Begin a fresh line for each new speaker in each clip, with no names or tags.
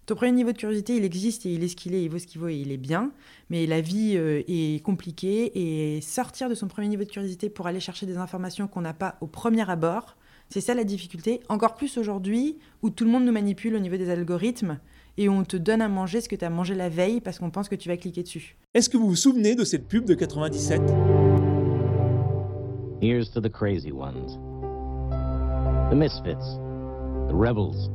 Ton premier niveau de curiosité, il existe et il est ce qu'il est, il vaut ce qu'il vaut et il est bien. Mais la vie est compliquée et sortir de son premier niveau de curiosité pour aller chercher des informations qu'on n'a pas au premier abord, c'est ça la difficulté. Encore plus aujourd'hui où tout le monde nous manipule au niveau des algorithmes et où on te donne à manger ce que tu as mangé la veille parce qu'on pense que tu vas cliquer dessus.
Est-ce que vous vous souvenez de cette pub de 97 ?
Here's to the crazy ones, the misfits, the rebels,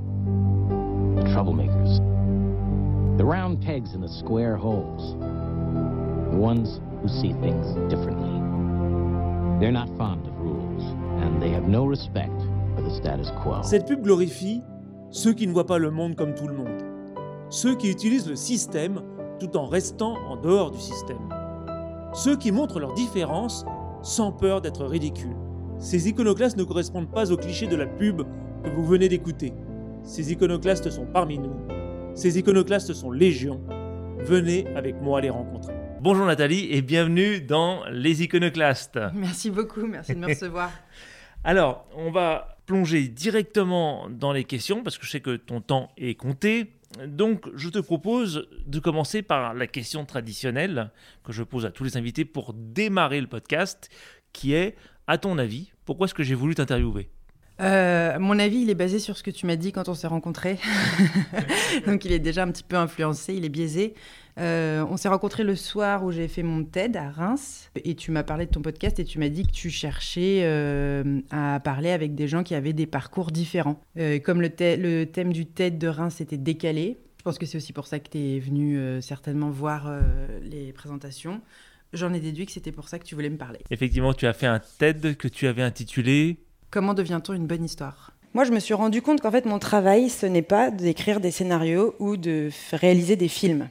the troublemakers, the round pegs in the square holes, the ones who see things differently. They're not fond of rules, and they have no respect for the status quo.
Cette pub glorifie ceux qui ne voient pas le monde comme tout le monde, ceux qui utilisent le système tout en restant en dehors du système, ceux qui montrent leurs différences sans peur d'être ridicules. Ces iconoclastes ne correspondent pas aux clichés de la pub que vous venez d'écouter. Ces iconoclastes sont parmi nous. Ces iconoclastes sont légion. Venez avec moi les rencontrer.
Bonjour Nathalie et bienvenue dans Les Iconoclastes.
Merci beaucoup, merci de me recevoir.
Alors, on va plonger directement dans les questions parce que je sais que ton temps est compté. Donc, je te propose de commencer par la question traditionnelle que je pose à tous les invités pour démarrer le podcast, qui est, à ton avis, pourquoi est-ce que j'ai voulu t'interviewer ?
Mon avis, il est basé sur ce que tu m'as dit quand on s'est rencontrés. Donc, il est déjà un petit peu influencé, il est biaisé. On s'est rencontrés le soir où j'ai fait mon TED à Reims. Et tu m'as parlé de ton podcast et tu m'as dit que tu cherchais à parler avec des gens qui avaient des parcours différents. Comme le thème du TED de Reims était décalé, je pense que c'est aussi pour ça que tu es venu certainement voir les présentations. J'en ai déduit que c'était pour ça que tu voulais me parler.
Effectivement, tu as fait un TED que tu avais intitulé «
Comment devient-on une bonne histoire ?» Moi, je me suis rendu compte qu'en fait, mon travail, ce n'est pas d'écrire des scénarios ou de réaliser des films.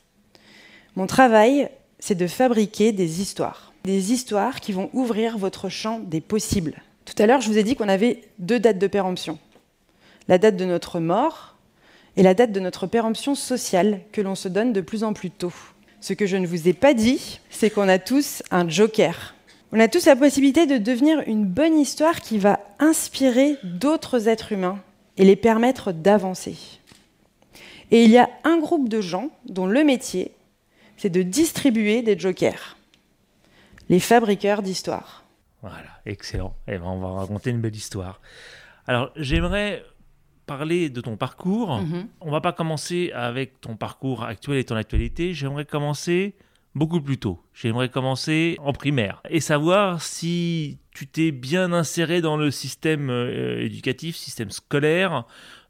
Mon travail, c'est de fabriquer des histoires qui vont ouvrir votre champ des possibles. Tout à l'heure, je vous ai dit qu'on avait 2 dates de péremption. La date de notre mort et la date de notre péremption sociale que l'on se donne de plus en plus tôt. Ce que je ne vous ai pas dit, c'est qu'on a tous un joker. On a tous la possibilité de devenir une bonne histoire qui va inspirer d'autres êtres humains et les permettre d'avancer. Et il y a un groupe de gens dont le métier, c'est de distribuer des jokers. Les fabriqueurs d'histoires.
Voilà, excellent. Eh ben, on va raconter une belle histoire. Alors, j'aimerais parler de ton parcours. On ne va pas commencer avec ton parcours actuel et ton actualité. J'aimerais commencer beaucoup plus tôt. J'aimerais commencer en primaire et savoir si tu t'es bien inséré dans le système éducatif, système scolaire,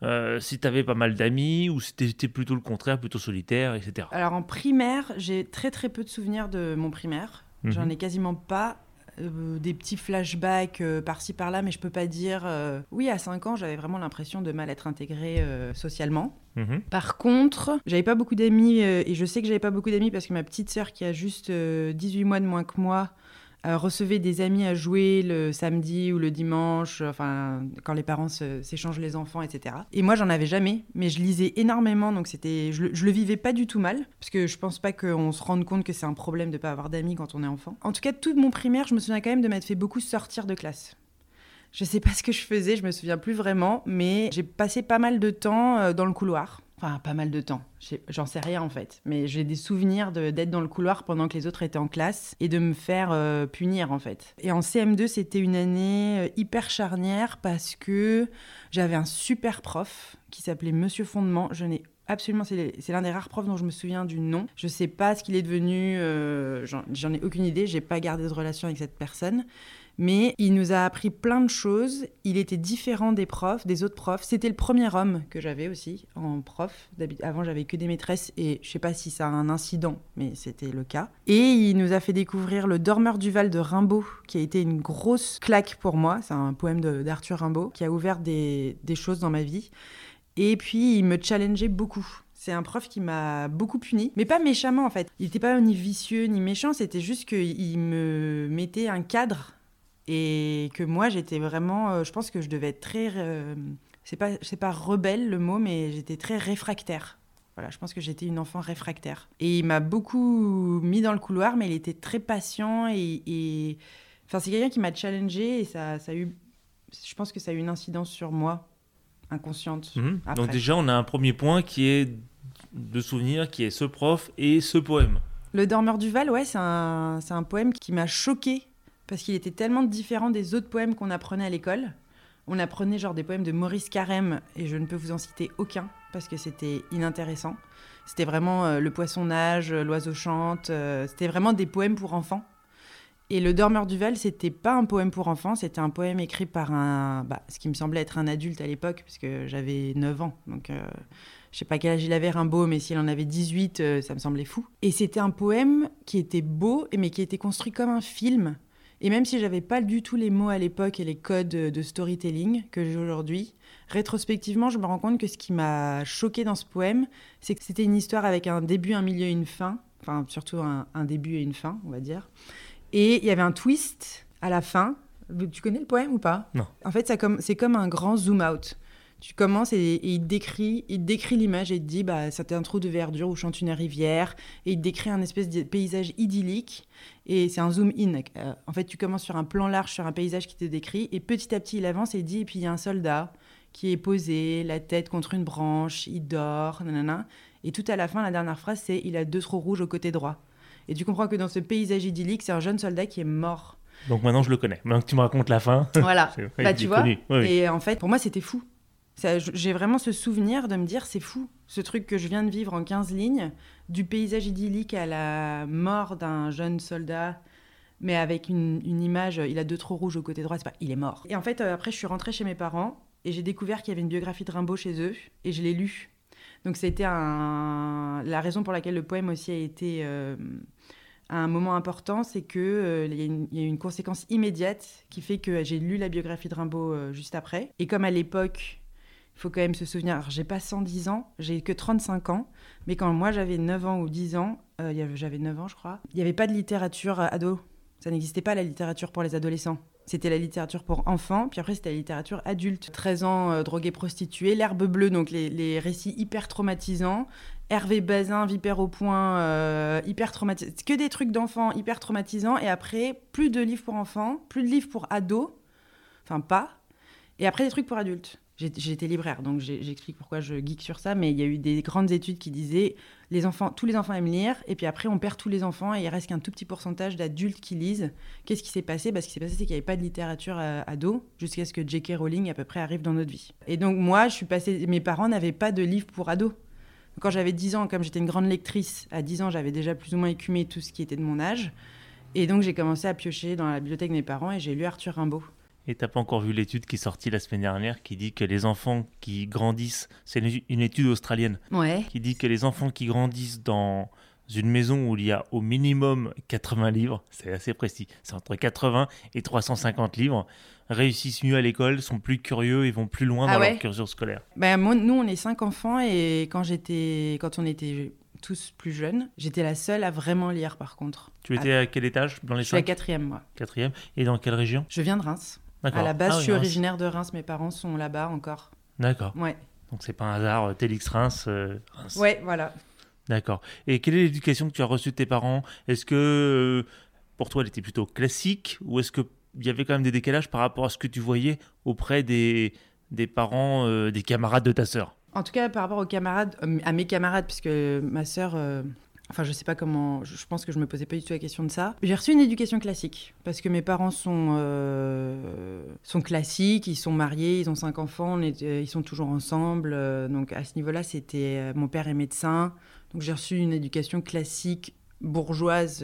si tu avais pas mal d'amis ou si tu étais plutôt le contraire, plutôt solitaire, etc.
Alors en primaire, j'ai très très peu de souvenirs de mon primaire. J'en ai quasiment pas. Des petits flashbacks par-ci par-là, mais je peux pas dire... Oui, à 5 ans, j'avais vraiment l'impression de mal être intégrée socialement. Par contre, j'avais pas beaucoup d'amis, et je sais que j'avais pas beaucoup d'amis parce que ma petite sœur, qui a juste 18 mois de moins que moi, recevait des amis à jouer le samedi ou le dimanche, enfin, quand les parents s'échangent les enfants, etc. Et moi, j'en avais jamais, mais je lisais énormément, donc je le vivais pas du tout mal, parce que je pense pas qu'on se rende compte que c'est un problème de pas avoir d'amis quand on est enfant. En tout cas, toute mon primaire, je me souviens quand même de m'être fait beaucoup sortir de classe. Je sais pas ce que je faisais, je me souviens plus vraiment, mais j'ai passé pas mal de temps dans le couloir. Enfin, pas mal de temps, j'en sais rien en fait. Mais j'ai des souvenirs d'être dans le couloir pendant que les autres étaient en classe et de me faire punir en fait. Et en CM2, c'était une année hyper charnière parce que j'avais un super prof qui s'appelait Monsieur Fondement. Absolument, c'est l'un des rares profs dont je me souviens du nom. Je sais pas ce qu'il est devenu, j'en ai aucune idée, j'ai pas gardé de relation avec cette personne. Mais il nous a appris plein de choses. Il était différent des autres profs. C'était le premier homme que j'avais aussi en prof. Avant, j'avais que des maîtresses et je sais pas si ça a un incident, mais c'était le cas. Et il nous a fait découvrir Le Dormeur du Val de Rimbaud, qui a été une grosse claque pour moi. C'est un poème d'Arthur Rimbaud qui a ouvert des choses dans ma vie. Et puis, il me challengeait beaucoup. C'est un prof qui m'a beaucoup puni, mais pas méchamment en fait. Il n'était pas ni vicieux ni méchant, c'était juste qu'il me mettait un cadre. Et que moi, j'étais vraiment... je pense que je devais être très... c'est pas rebelle le mot, mais j'étais très réfractaire. Voilà, je pense que j'étais une enfant réfractaire. Et il m'a beaucoup mis dans le couloir, mais il était très patient. Enfin, c'est quelqu'un qui m'a challengée et ça a eu... Je pense que ça a eu une incidence sur moi inconsciente.
Donc déjà, on a un premier point qui est de souvenir, qui est ce prof et ce poème.
Le Dormeur du Val, ouais, c'est un poème qui m'a choquée parce qu'il était tellement différent des autres poèmes qu'on apprenait à l'école. On apprenait genre des poèmes de Maurice Carême et je ne peux vous en citer aucun parce que c'était inintéressant. C'était vraiment Le Poisson nage, L'Oiseau chante, c'était vraiment des poèmes pour enfants. Et Le Dormeur du Val, c'était pas un poème pour enfants, c'était un poème écrit par ce qui me semblait être un adulte à l'époque, puisque j'avais 9 ans. Donc, je sais pas quel âge il avait, Rimbaud, mais s'il en avait 18, ça me semblait fou. Et c'était un poème qui était beau, mais qui était construit comme un film. Et même si j'avais pas du tout les mots à l'époque et les codes de storytelling que j'ai aujourd'hui, rétrospectivement, je me rends compte que ce qui m'a choquée dans ce poème, c'est que c'était une histoire avec un début, un milieu et une fin. Enfin, surtout un début et une fin, on va dire. Et il y avait un twist à la fin. Tu connais le poème ou pas ?
Non.
En fait, c'est comme un grand zoom-out. Tu commences et il te décrit l'image et il te dit c'est un trou de verdure où chante une rivière. Et il te décrit un espèce de paysage idyllique. Et c'est un zoom-in. En fait, tu commences sur un plan large, sur un paysage qui te décrit. Et petit à petit, il avance et il dit, et puis il y a un soldat qui est posé, la tête contre une branche, il dort, nanana. Et tout à la fin, la dernière phrase, c'est « il a 2 trous rouges au côté droit ». Et tu comprends que dans ce paysage idyllique, c'est un jeune soldat qui est mort.
Donc maintenant, je le connais. Maintenant que tu me racontes la fin.
Voilà. Tu vois.
Oui.
Et en fait, pour moi, c'était fou. J'ai vraiment ce souvenir de me dire, c'est fou. Ce truc que je viens de vivre en 15 lignes, du paysage idyllique à la mort d'un jeune soldat, mais avec une image, il a 2 trous rouges au côté droit, il est mort. Et en fait, après, je suis rentrée chez mes parents et j'ai découvert qu'il y avait une biographie de Rimbaud chez eux et je l'ai lue. Donc c'était la raison pour laquelle le poème aussi a été à un moment important, c'est que y a une conséquence immédiate qui fait que j'ai lu la biographie de Rimbaud juste après. Et comme à l'époque, il faut quand même se souvenir, alors j'ai pas 110 ans, j'ai que 35 ans, mais quand moi j'avais 9 ans ou 10 ans, j'avais 9 ans je crois, il n'y avait pas de littérature ado. Ça n'existait pas la littérature pour les adolescents. C'était la littérature pour enfants, puis après c'était la littérature adulte. 13 ans, drogué, prostituée, L'Herbe bleue, donc les récits hyper traumatisants. Hervé Bazin, Vipère au point, hyper traumatisant. Que des trucs d'enfants hyper traumatisants. Et après, plus de livres pour enfants, plus de livres pour ados. Enfin, pas. Et après, des trucs pour adultes. J'étais libraire, donc j'explique pourquoi je geek sur ça, mais il y a eu des grandes études qui disaient tous les enfants aiment lire, et puis après on perd tous les enfants et il reste qu'un tout petit pourcentage d'adultes qui lisent. Qu'est-ce qui s'est passé ? Ce qui s'est passé, c'est qu'il n'y avait pas de littérature ado, jusqu'à ce que J.K. Rowling à peu près arrive dans notre vie. Et donc moi, mes parents n'avaient pas de livres pour ados. Quand j'avais 10 ans, comme j'étais une grande lectrice, à 10 ans, j'avais déjà plus ou moins écumé tout ce qui était de mon âge, et donc j'ai commencé à piocher dans la bibliothèque de mes parents et j'ai lu Arthur Rimbaud.
Et t'as pas encore vu l'étude qui est sortie la semaine dernière qui dit que les enfants qui grandissent, c'est une étude australienne, qui dit que les enfants qui grandissent dans une maison où il y a au minimum 80 livres, c'est assez précis, c'est entre 80 et 350 livres, réussissent mieux à l'école, sont plus curieux et vont plus loin dans leur cursus scolaire.
Nous, on est 5 enfants et quand on était tous plus jeunes, j'étais la seule à vraiment lire par contre.
Tu étais à quel étage dans les 5 ?
Je suis à 4e, moi.
4e. Et dans quelle région ?
Je viens de Reims.
D'accord.
À la base, je suis originaire de Reims. Mes parents sont là-bas encore.
D'accord.
Ouais.
Donc, c'est pas un hasard, Télix Reims.
Ouais, voilà.
D'accord. Et quelle est l'éducation que tu as reçue de tes parents ? Est-ce que, pour toi, elle était plutôt classique ? Ou est-ce qu'il y avait quand même des décalages par rapport à ce que tu voyais auprès des parents, des camarades de ta sœur ?
En tout cas, par rapport aux camarades, à mes camarades, puisque ma sœur... Enfin, je sais pas comment... Je pense que je me posais pas du tout la question de ça. J'ai reçu une éducation classique, parce que mes parents sont classiques, ils sont mariés, ils ont 5 enfants, ils sont toujours ensemble. Donc, à ce niveau-là, c'était... mon père est médecin, donc j'ai reçu une éducation classique, bourgeoise.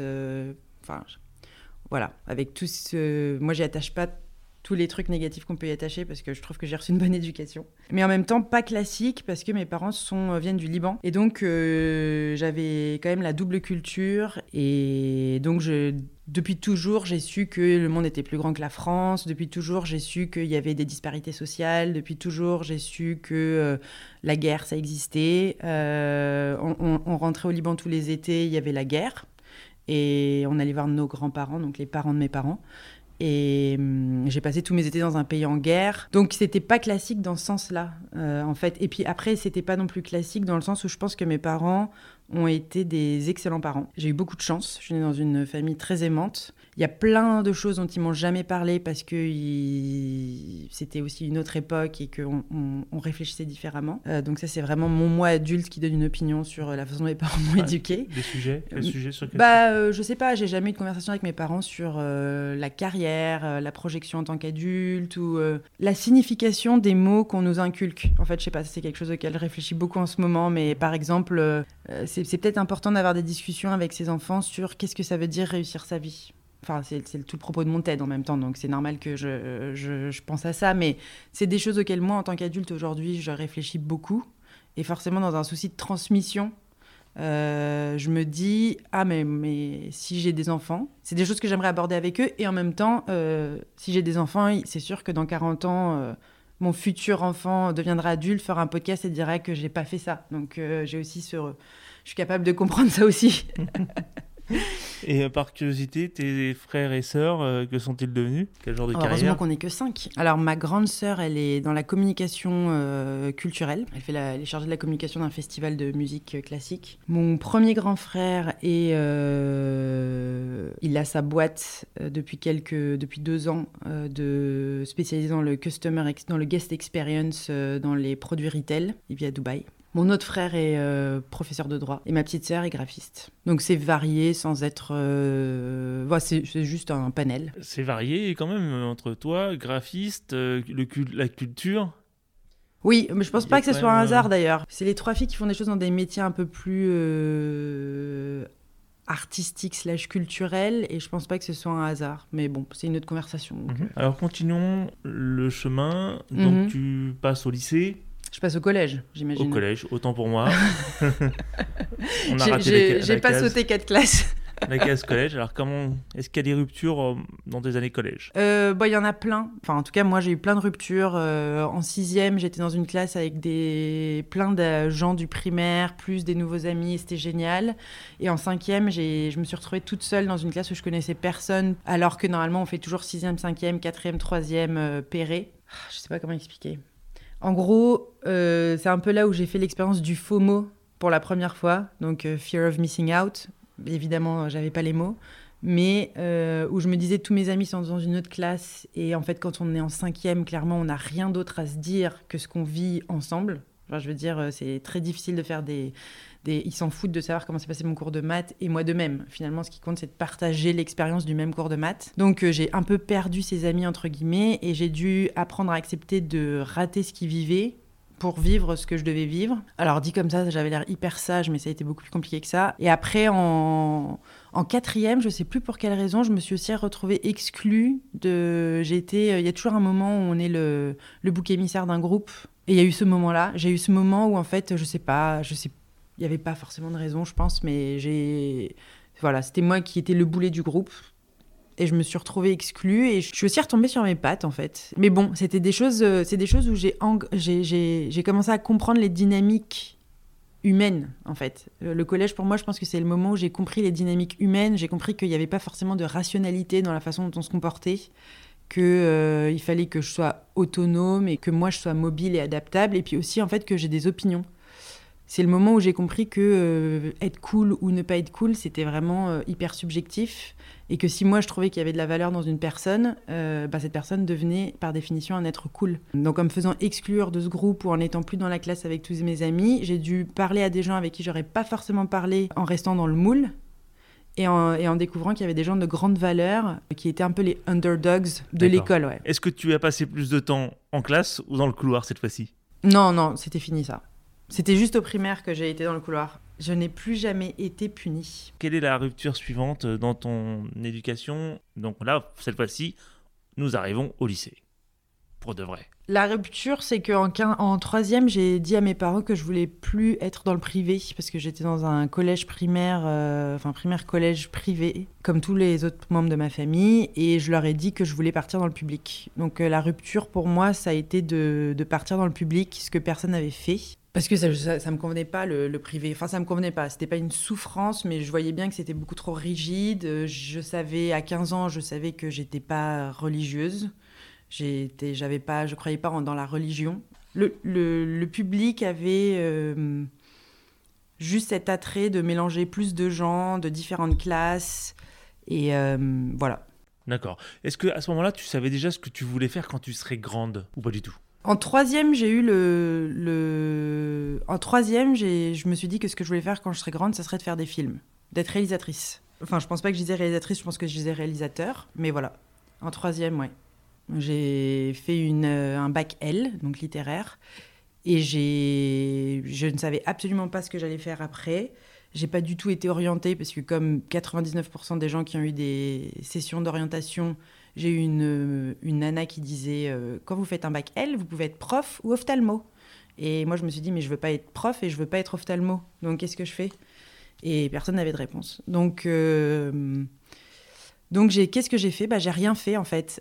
Voilà, avec tout ce... Moi, j'y attache pas tous les trucs négatifs qu'on peut y attacher parce que je trouve que j'ai reçu une bonne éducation. Mais en même temps, pas classique parce que mes parents viennent du Liban. Et donc, j'avais quand même la double culture. Et donc, depuis toujours, j'ai su que le monde était plus grand que la France. Depuis toujours, j'ai su qu'il y avait des disparités sociales. Depuis toujours, j'ai su que la guerre, ça existait. On rentrait au Liban tous les étés, il y avait la guerre. Et on allait voir nos grands-parents, donc les parents de mes parents. Et j'ai passé tous mes étés dans un pays en guerre. Donc, c'était pas classique dans ce sens-là, en fait. Et puis après, c'était pas non plus classique dans le sens où je pense que mes parents ont été des excellents parents. J'ai eu beaucoup de chance. Je suis née dans une famille très aimante. Il y a plein de choses dont ils m'ont jamais parlé parce que c'était aussi une autre époque et qu'on on réfléchissait différemment. Donc ça, c'est vraiment mon moi adulte qui donne une opinion sur la façon dont mes parents m'ont éduquée.
Des sujets sur quel
Je sais pas, j'ai jamais eu de conversation avec mes parents sur la carrière, la projection en tant qu'adulte ou la signification des mots qu'on nous inculque. En fait, je sais pas, c'est quelque chose auquel je réfléchis beaucoup en ce moment, mais par exemple, c'est peut-être important d'avoir des discussions avec ses enfants sur qu'est-ce que ça veut dire réussir sa vie. Enfin, c'est tout le propos de mon TED en même temps, donc c'est normal que je pense à ça. Mais c'est des choses auxquelles moi, en tant qu'adulte aujourd'hui, je réfléchis beaucoup. Et forcément, dans un souci de transmission, je me dis « Ah, mais si j'ai des enfants, c'est des choses que j'aimerais aborder avec eux. » Et en même temps, si j'ai des enfants, c'est sûr que dans 40 ans, mon futur enfant deviendra adulte, fera un podcast et dira que je n'ai pas fait ça. Donc, j'ai aussi je suis capable de comprendre ça aussi.
Et par curiosité, tes frères et sœurs, que sont-ils devenus? Quel genre de carrière?
Heureusement qu'on n'est que 5. Alors, ma grande sœur, elle est dans la communication culturelle. Elle est chargée de la communication d'un festival de musique classique. Mon premier grand frère, il a sa boîte depuis 2 ans spécialisée dans le guest experience, dans les produits retail. Il vit à Dubaï. Mon autre frère est professeur de droit et ma petite sœur est graphiste. Donc c'est varié sans être... c'est juste un panel.
C'est varié quand même entre toi, graphiste, la culture.
Oui, mais je pense pas que ce soit un hasard d'ailleurs. C'est les 3 filles qui font des choses dans des métiers un peu plus artistiques / culturels et je pense pas que ce soit un hasard. Mais bon, c'est une autre conversation. Donc,
Alors continuons le chemin. Donc tu passes au lycée.
Je passe au collège, j'imagine.
Au collège, autant pour moi. On a
j'ai pas sauté 4 classes.
La case collège. Alors est-ce qu'il y a des ruptures dans tes années collège?
Il y en a plein. Enfin, en tout cas, moi, j'ai eu plein de ruptures. En 6e, j'étais dans une classe avec plein de gens du primaire, plus des nouveaux amis, et c'était génial. Et en 5e, je me suis retrouvée toute seule dans une classe où je connaissais personne, alors que normalement, on fait toujours 6e, 5e, 4e, 3e, péré. Je sais pas comment expliquer. En gros, c'est un peu là où j'ai fait l'expérience du FOMO pour la première fois, donc Fear of Missing Out. Évidemment, j'avais pas les mots, mais où je me disais tous mes amis sont dans une autre classe et en fait, quand on est en 5e, clairement, on n'a rien d'autre à se dire que ce qu'on vit ensemble. Enfin, je veux dire, c'est très difficile de faire ils s'en foutent de savoir comment s'est passé mon cours de maths et moi de même. Finalement, ce qui compte, c'est de partager l'expérience du même cours de maths. Donc, j'ai un peu perdu ces amis, entre guillemets, et j'ai dû apprendre à accepter de rater ce qu'ils vivaient pour vivre ce que je devais vivre. Alors, dit comme ça, j'avais l'air hyper sage, mais ça a été beaucoup plus compliqué que ça. Et après, en 4e, je sais plus pour quelle raison, je me suis aussi retrouvée exclue il y a toujours un moment où on est le bouc émissaire d'un groupe. Et il y a eu ce moment-là. J'ai eu ce moment où, en fait, je sais il n'y avait pas forcément de raison, je pense, mais c'était moi qui étais le boulet du groupe. Et je me suis retrouvée exclue et je suis aussi retombée sur mes pattes, en fait. Mais bon, c'est des choses où j'ai commencé à comprendre les dynamiques humaines, en fait. Le collège, pour moi, je pense que c'est le moment où j'ai compris les dynamiques humaines. J'ai compris qu'il n'y avait pas forcément de rationalité dans la façon dont on se comportait, qu'il fallait que je sois autonome et que moi, je sois mobile et adaptable. Et puis aussi, en fait, que j'ai des opinions. C'est le moment où j'ai compris que être cool ou ne pas être cool, c'était vraiment hyper subjectif. Et que si moi, je trouvais qu'il y avait de la valeur dans une personne, cette personne devenait, par définition, un être cool. Donc, en me faisant exclure de ce groupe ou en n'étant plus dans la classe avec tous mes amis, j'ai dû parler à des gens avec qui j'aurais pas forcément parlé en restant dans le moule et en découvrant qu'il y avait des gens de grande valeur qui étaient un peu les underdogs de l'école. Ouais.
Est-ce que tu as passé plus de temps en classe ou dans le couloir cette fois-ci?
Non, c'était fini ça. C'était juste au primaire que j'ai été dans le couloir. Je n'ai plus jamais été punie.
Quelle est la rupture suivante dans ton éducation? Donc là, cette fois-ci, nous arrivons au lycée. Pour de vrai.
La rupture, c'est qu'en 3e, j'ai dit à mes parents que je voulais plus être dans le privé parce que j'étais dans un collège primaire, primaire-collège privé, comme tous les autres membres de ma famille, et je leur ai dit que je voulais partir dans le public. Donc la rupture, pour moi, ça a été de partir dans le public, ce que personne n'avait fait. Parce que ça me convenait pas, le privé. Enfin, ça me convenait pas. C'était pas une souffrance, mais je voyais bien que c'était beaucoup trop rigide. Je savais, à 15 ans, je savais que j'étais pas religieuse. Je croyais pas dans la religion. Le public avait juste cet attrait de mélanger plus de gens, de différentes classes. Et voilà.
D'accord. Est-ce qu'à ce moment-là, tu savais déjà ce que tu voulais faire quand tu serais grande ou pas du tout?
En troisième, j'ai eu En troisième, je me suis dit que ce que je voulais faire quand je serais grande, ça serait de faire des films, d'être réalisatrice. Enfin, je pense pas que je disais réalisatrice, je pense que je disais réalisateur. Mais voilà. En troisième, ouais. J'ai fait un bac L, donc littéraire. Et je ne savais absolument pas ce que j'allais faire après. J'ai pas du tout été orientée parce que comme 99% des gens qui ont eu des sessions d'orientation, j'ai eu une nana qui disait quand vous faites un bac L, vous pouvez être prof ou ophtalmo. Et moi, je me suis dit, mais je veux pas être prof et je veux pas être ophtalmo. Donc, qu'est-ce que je fais? Et personne n'avait de réponse. Donc qu'est-ce que j'ai fait? J'ai rien fait, en fait.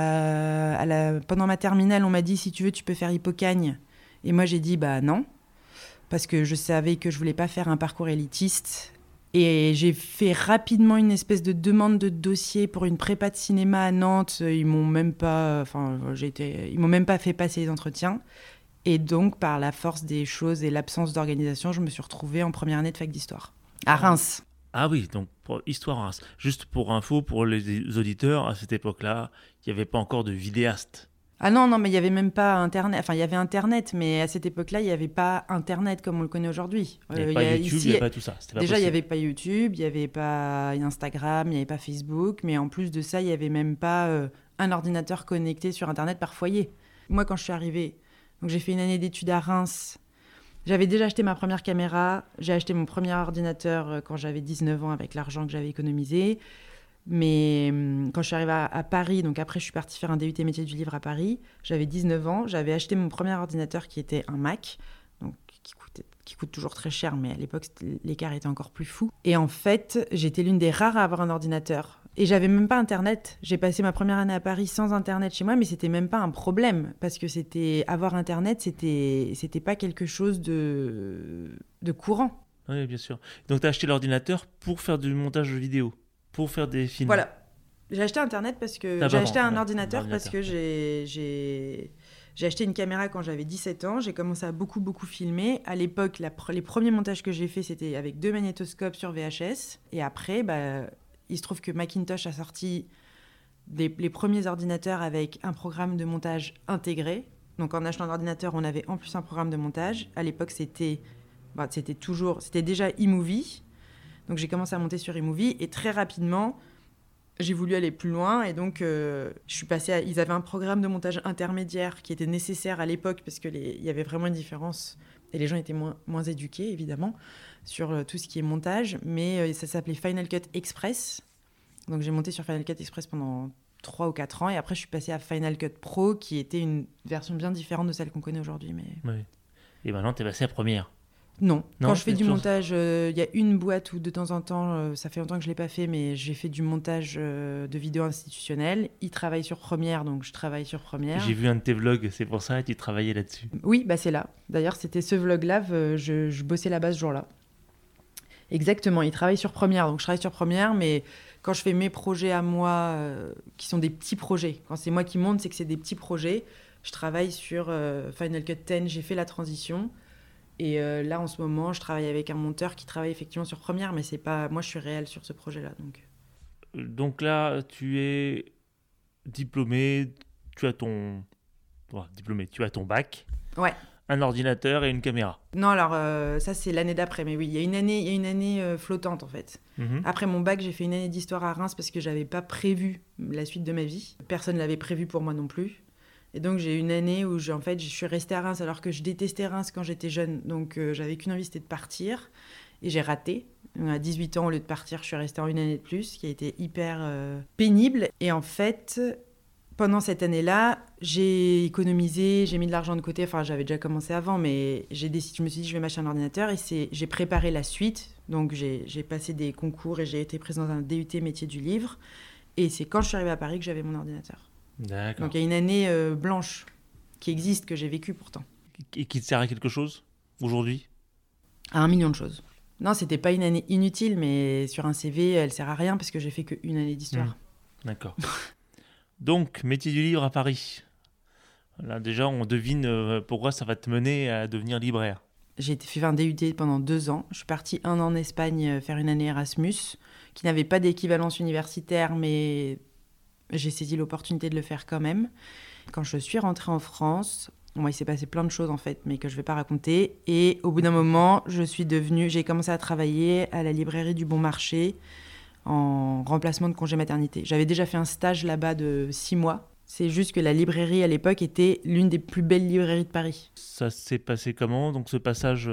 Pendant ma terminale, on m'a dit, si tu veux, tu peux faire Hippocagne. Et moi, j'ai dit, non. Parce que je savais que je voulais pas faire un parcours élitiste. Et j'ai fait rapidement une espèce de demande de dossier pour une prépa de cinéma à Nantes. Ils m'ont même pas fait passer les entretiens. Et donc, par la force des choses et l'absence d'organisation, je me suis retrouvée en première année de fac d'histoire, à Reims.
Ah oui, donc pour Histoire Reims. Juste pour info, pour les auditeurs, à cette époque-là, il n'y avait pas encore de vidéastes.
Ah non, mais il n'y avait même pas Internet. Enfin, il y avait Internet, mais à cette époque-là, il n'y avait pas Internet comme on le connaît aujourd'hui.
Il n'y avait pas YouTube, il n'y avait pas tout ça.
Déjà, il n'y avait pas YouTube, il n'y avait pas Instagram, il n'y avait pas Facebook. Mais en plus de ça, il n'y avait même pas un ordinateur connecté sur Internet par foyer. Moi, quand je suis arrivée, donc j'ai fait une année d'études à Reims. J'avais déjà acheté ma première caméra. J'ai acheté mon premier ordinateur quand j'avais 19 ans avec l'argent que j'avais économisé. Mais quand je suis arrivée à Paris, donc après je suis partie faire un DUT métier du livre à Paris, j'avais 19 ans, j'avais acheté mon premier ordinateur qui était un Mac, donc qui coûte toujours très cher, mais à l'époque l'écart était encore plus fou. Et en fait, j'étais l'une des rares à avoir un ordinateur. Et j'avais même pas Internet. J'ai passé ma première année à Paris sans Internet chez moi, mais c'était même pas un problème, parce que avoir Internet, c'était pas quelque chose de courant.
Oui, bien sûr. Donc tu as acheté l'ordinateur pour faire du montage vidéo? Pour faire des films.
Voilà. J'ai acheté Internet parce que... J'ai acheté un ordinateur parce que j'ai acheté une caméra quand j'avais 17 ans. J'ai commencé à beaucoup filmer. À l'époque, les premiers montages que j'ai faits, c'était avec 2 magnétoscopes sur VHS. Et après, il se trouve que Macintosh a sorti les premiers ordinateurs avec un programme de montage intégré. Donc en achetant l'ordinateur, on avait en plus un programme de montage. À l'époque, c'était déjà eMovie. Donc j'ai commencé à monter sur eMovie et très rapidement, j'ai voulu aller plus loin et donc je suis passée ils avaient un programme de montage intermédiaire qui était nécessaire à l'époque parce qu'il y avait vraiment une différence et les gens étaient moins éduqués évidemment sur tout ce qui est montage, mais ça s'appelait Final Cut Express. Donc j'ai monté sur Final Cut Express pendant 3 ou 4 ans et après je suis passée à Final Cut Pro qui était une version bien différente de celle qu'on connaît aujourd'hui. Mais...
Oui. Et maintenant tu es passée à Première.
Non, quand je fais du montage, il y a une boîte où de temps en temps, ça fait longtemps que je ne l'ai pas fait, mais j'ai fait du montage de vidéos institutionnelles. Ils travaillent sur Première, donc je travaille sur Première.
J'ai vu un de tes vlogs, c'est pour ça que tu travaillais là-dessus.
Oui, c'est là. D'ailleurs, c'était ce vlog-là, je bossais là-bas ce jour-là. Exactement, ils travaillent sur Première, donc je travaille sur Première, mais quand je fais mes projets à moi, qui sont des petits projets, quand c'est moi qui monte, c'est que c'est des petits projets, je travaille sur Final Cut 10, j'ai fait la transition. Et là, en ce moment, je travaille avec un monteur qui travaille effectivement sur Première, mais c'est pas... Moi, je suis réelle sur ce projet-là.
Donc là, tu es diplômé, tu as ton bac.
Ouais.
Un ordinateur et une caméra.
Non, alors ça, c'est l'année d'après. Mais oui, il y a une année flottante, en fait. Mm-hmm. Après mon bac, j'ai fait une année d'histoire à Reims parce que j'avais pas prévu la suite de ma vie. Personne l'avait prévu pour moi non plus. Et donc, j'ai eu une année où je suis restée à Reims alors que je détestais Reims quand j'étais jeune. Donc, j'avais qu'une envie, c'était de partir. Et j'ai raté. À 18 ans, au lieu de partir, je suis restée en une année de plus, qui a été hyper pénible. Et en fait, pendant cette année-là, j'ai économisé, j'ai mis de l'argent de côté. Enfin, j'avais déjà commencé avant, mais je me suis dit, je vais m'acheter un ordinateur. Et j'ai préparé la suite. Donc, j'ai passé des concours et j'ai été prise dans un DUT métier du livre. Et c'est quand je suis arrivée à Paris que j'avais mon ordinateur.
D'accord.
Donc il y a une année blanche qui existe, que j'ai vécue pourtant.
Et qui te sert à quelque chose? aujourd'hui?
À 1 million de choses. Non, c'était pas une année inutile, mais sur un CV, elle sert à rien parce que j'ai fait qu'une année d'histoire.
D'accord. Donc, métier du livre à Paris. Là, déjà, on devine pourquoi ça va te mener à devenir libraire.
J'ai fait un DUT pendant 2 ans. Je suis partie 1 an en Espagne faire une année Erasmus, qui n'avait pas d'équivalence universitaire, mais j'ai saisi l'opportunité de le faire quand même. Quand je suis rentrée en France, il s'est passé plein de choses en fait, mais que je ne vais pas raconter. Et au bout d'un moment, j'ai commencé à travailler à la librairie du Bon Marché en remplacement de congé maternité. J'avais déjà fait un stage là-bas de 6 mois. C'est juste que la librairie à l'époque était l'une des plus belles librairies de Paris.
Ça s'est passé comment? Donc ce passage,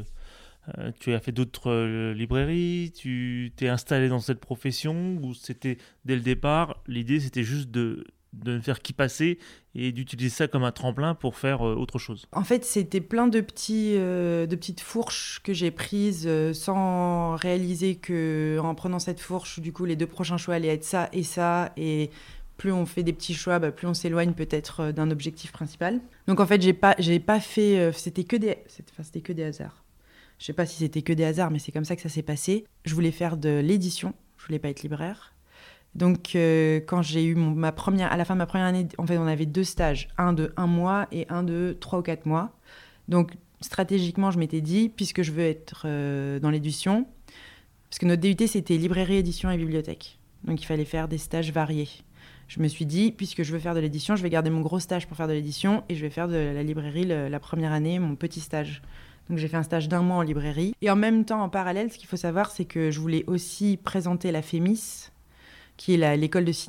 tu as fait d'autres librairies, tu t'es installé dans cette profession, ou c'était dès le départ, l'idée c'était juste de ne faire qu'y passer et d'utiliser ça comme un tremplin pour faire autre chose?
En fait, c'était plein de petites fourches que j'ai prises sans réaliser qu'en prenant cette fourche, du coup, les 2 prochains choix allaient être ça. Et plus on fait des petits choix, plus on s'éloigne peut-être d'un objectif principal. Donc en fait, j'ai pas fait... c'était que des hasards. Je sais pas si c'était que des hasards, mais c'est comme ça que ça s'est passé. Je voulais faire de l'édition, je voulais pas être libraire. Donc quand j'ai eu à la fin de ma première année, en fait, on avait 2 stages, un de 1 mois et un de 3 ou 4 mois. Donc stratégiquement, je m'étais dit, puisque je veux être dans l'édition, parce que notre DUT, c'était librairie, édition et bibliothèque. Donc il fallait faire des stages variés. Je me suis dit, puisque je veux faire de l'édition, je vais garder mon gros stage pour faire de l'édition et je vais faire de la librairie la première année, mon petit stage. Donc j'ai fait un stage d'1 mois en librairie. Et en même temps, en parallèle, ce qu'il faut savoir, c'est que je voulais aussi présenter la FEMIS, qui est l'école de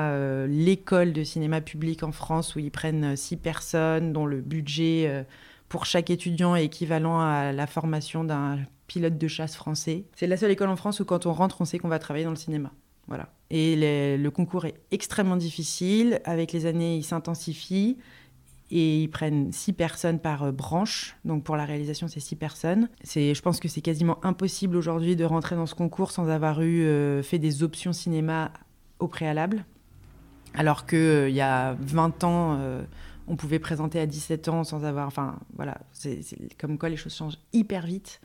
cinéma publique en France, où ils prennent 6 personnes, dont le budget pour chaque étudiant est équivalent à la formation d'un pilote de chasse français. C'est la seule école en France où quand on rentre, on sait qu'on va travailler dans le cinéma. Voilà. Et le concours est extrêmement difficile. Avec les années, il s'intensifie. Et ils prennent 6 personnes par branche. Donc pour la réalisation, c'est 6 personnes. Je pense que c'est quasiment impossible aujourd'hui de rentrer dans ce concours sans avoir fait des options cinéma au préalable. Alors qu'il y a 20 ans, on pouvait présenter à 17 ans sans avoir... Enfin, voilà, c'est comme quoi les choses changent hyper vite.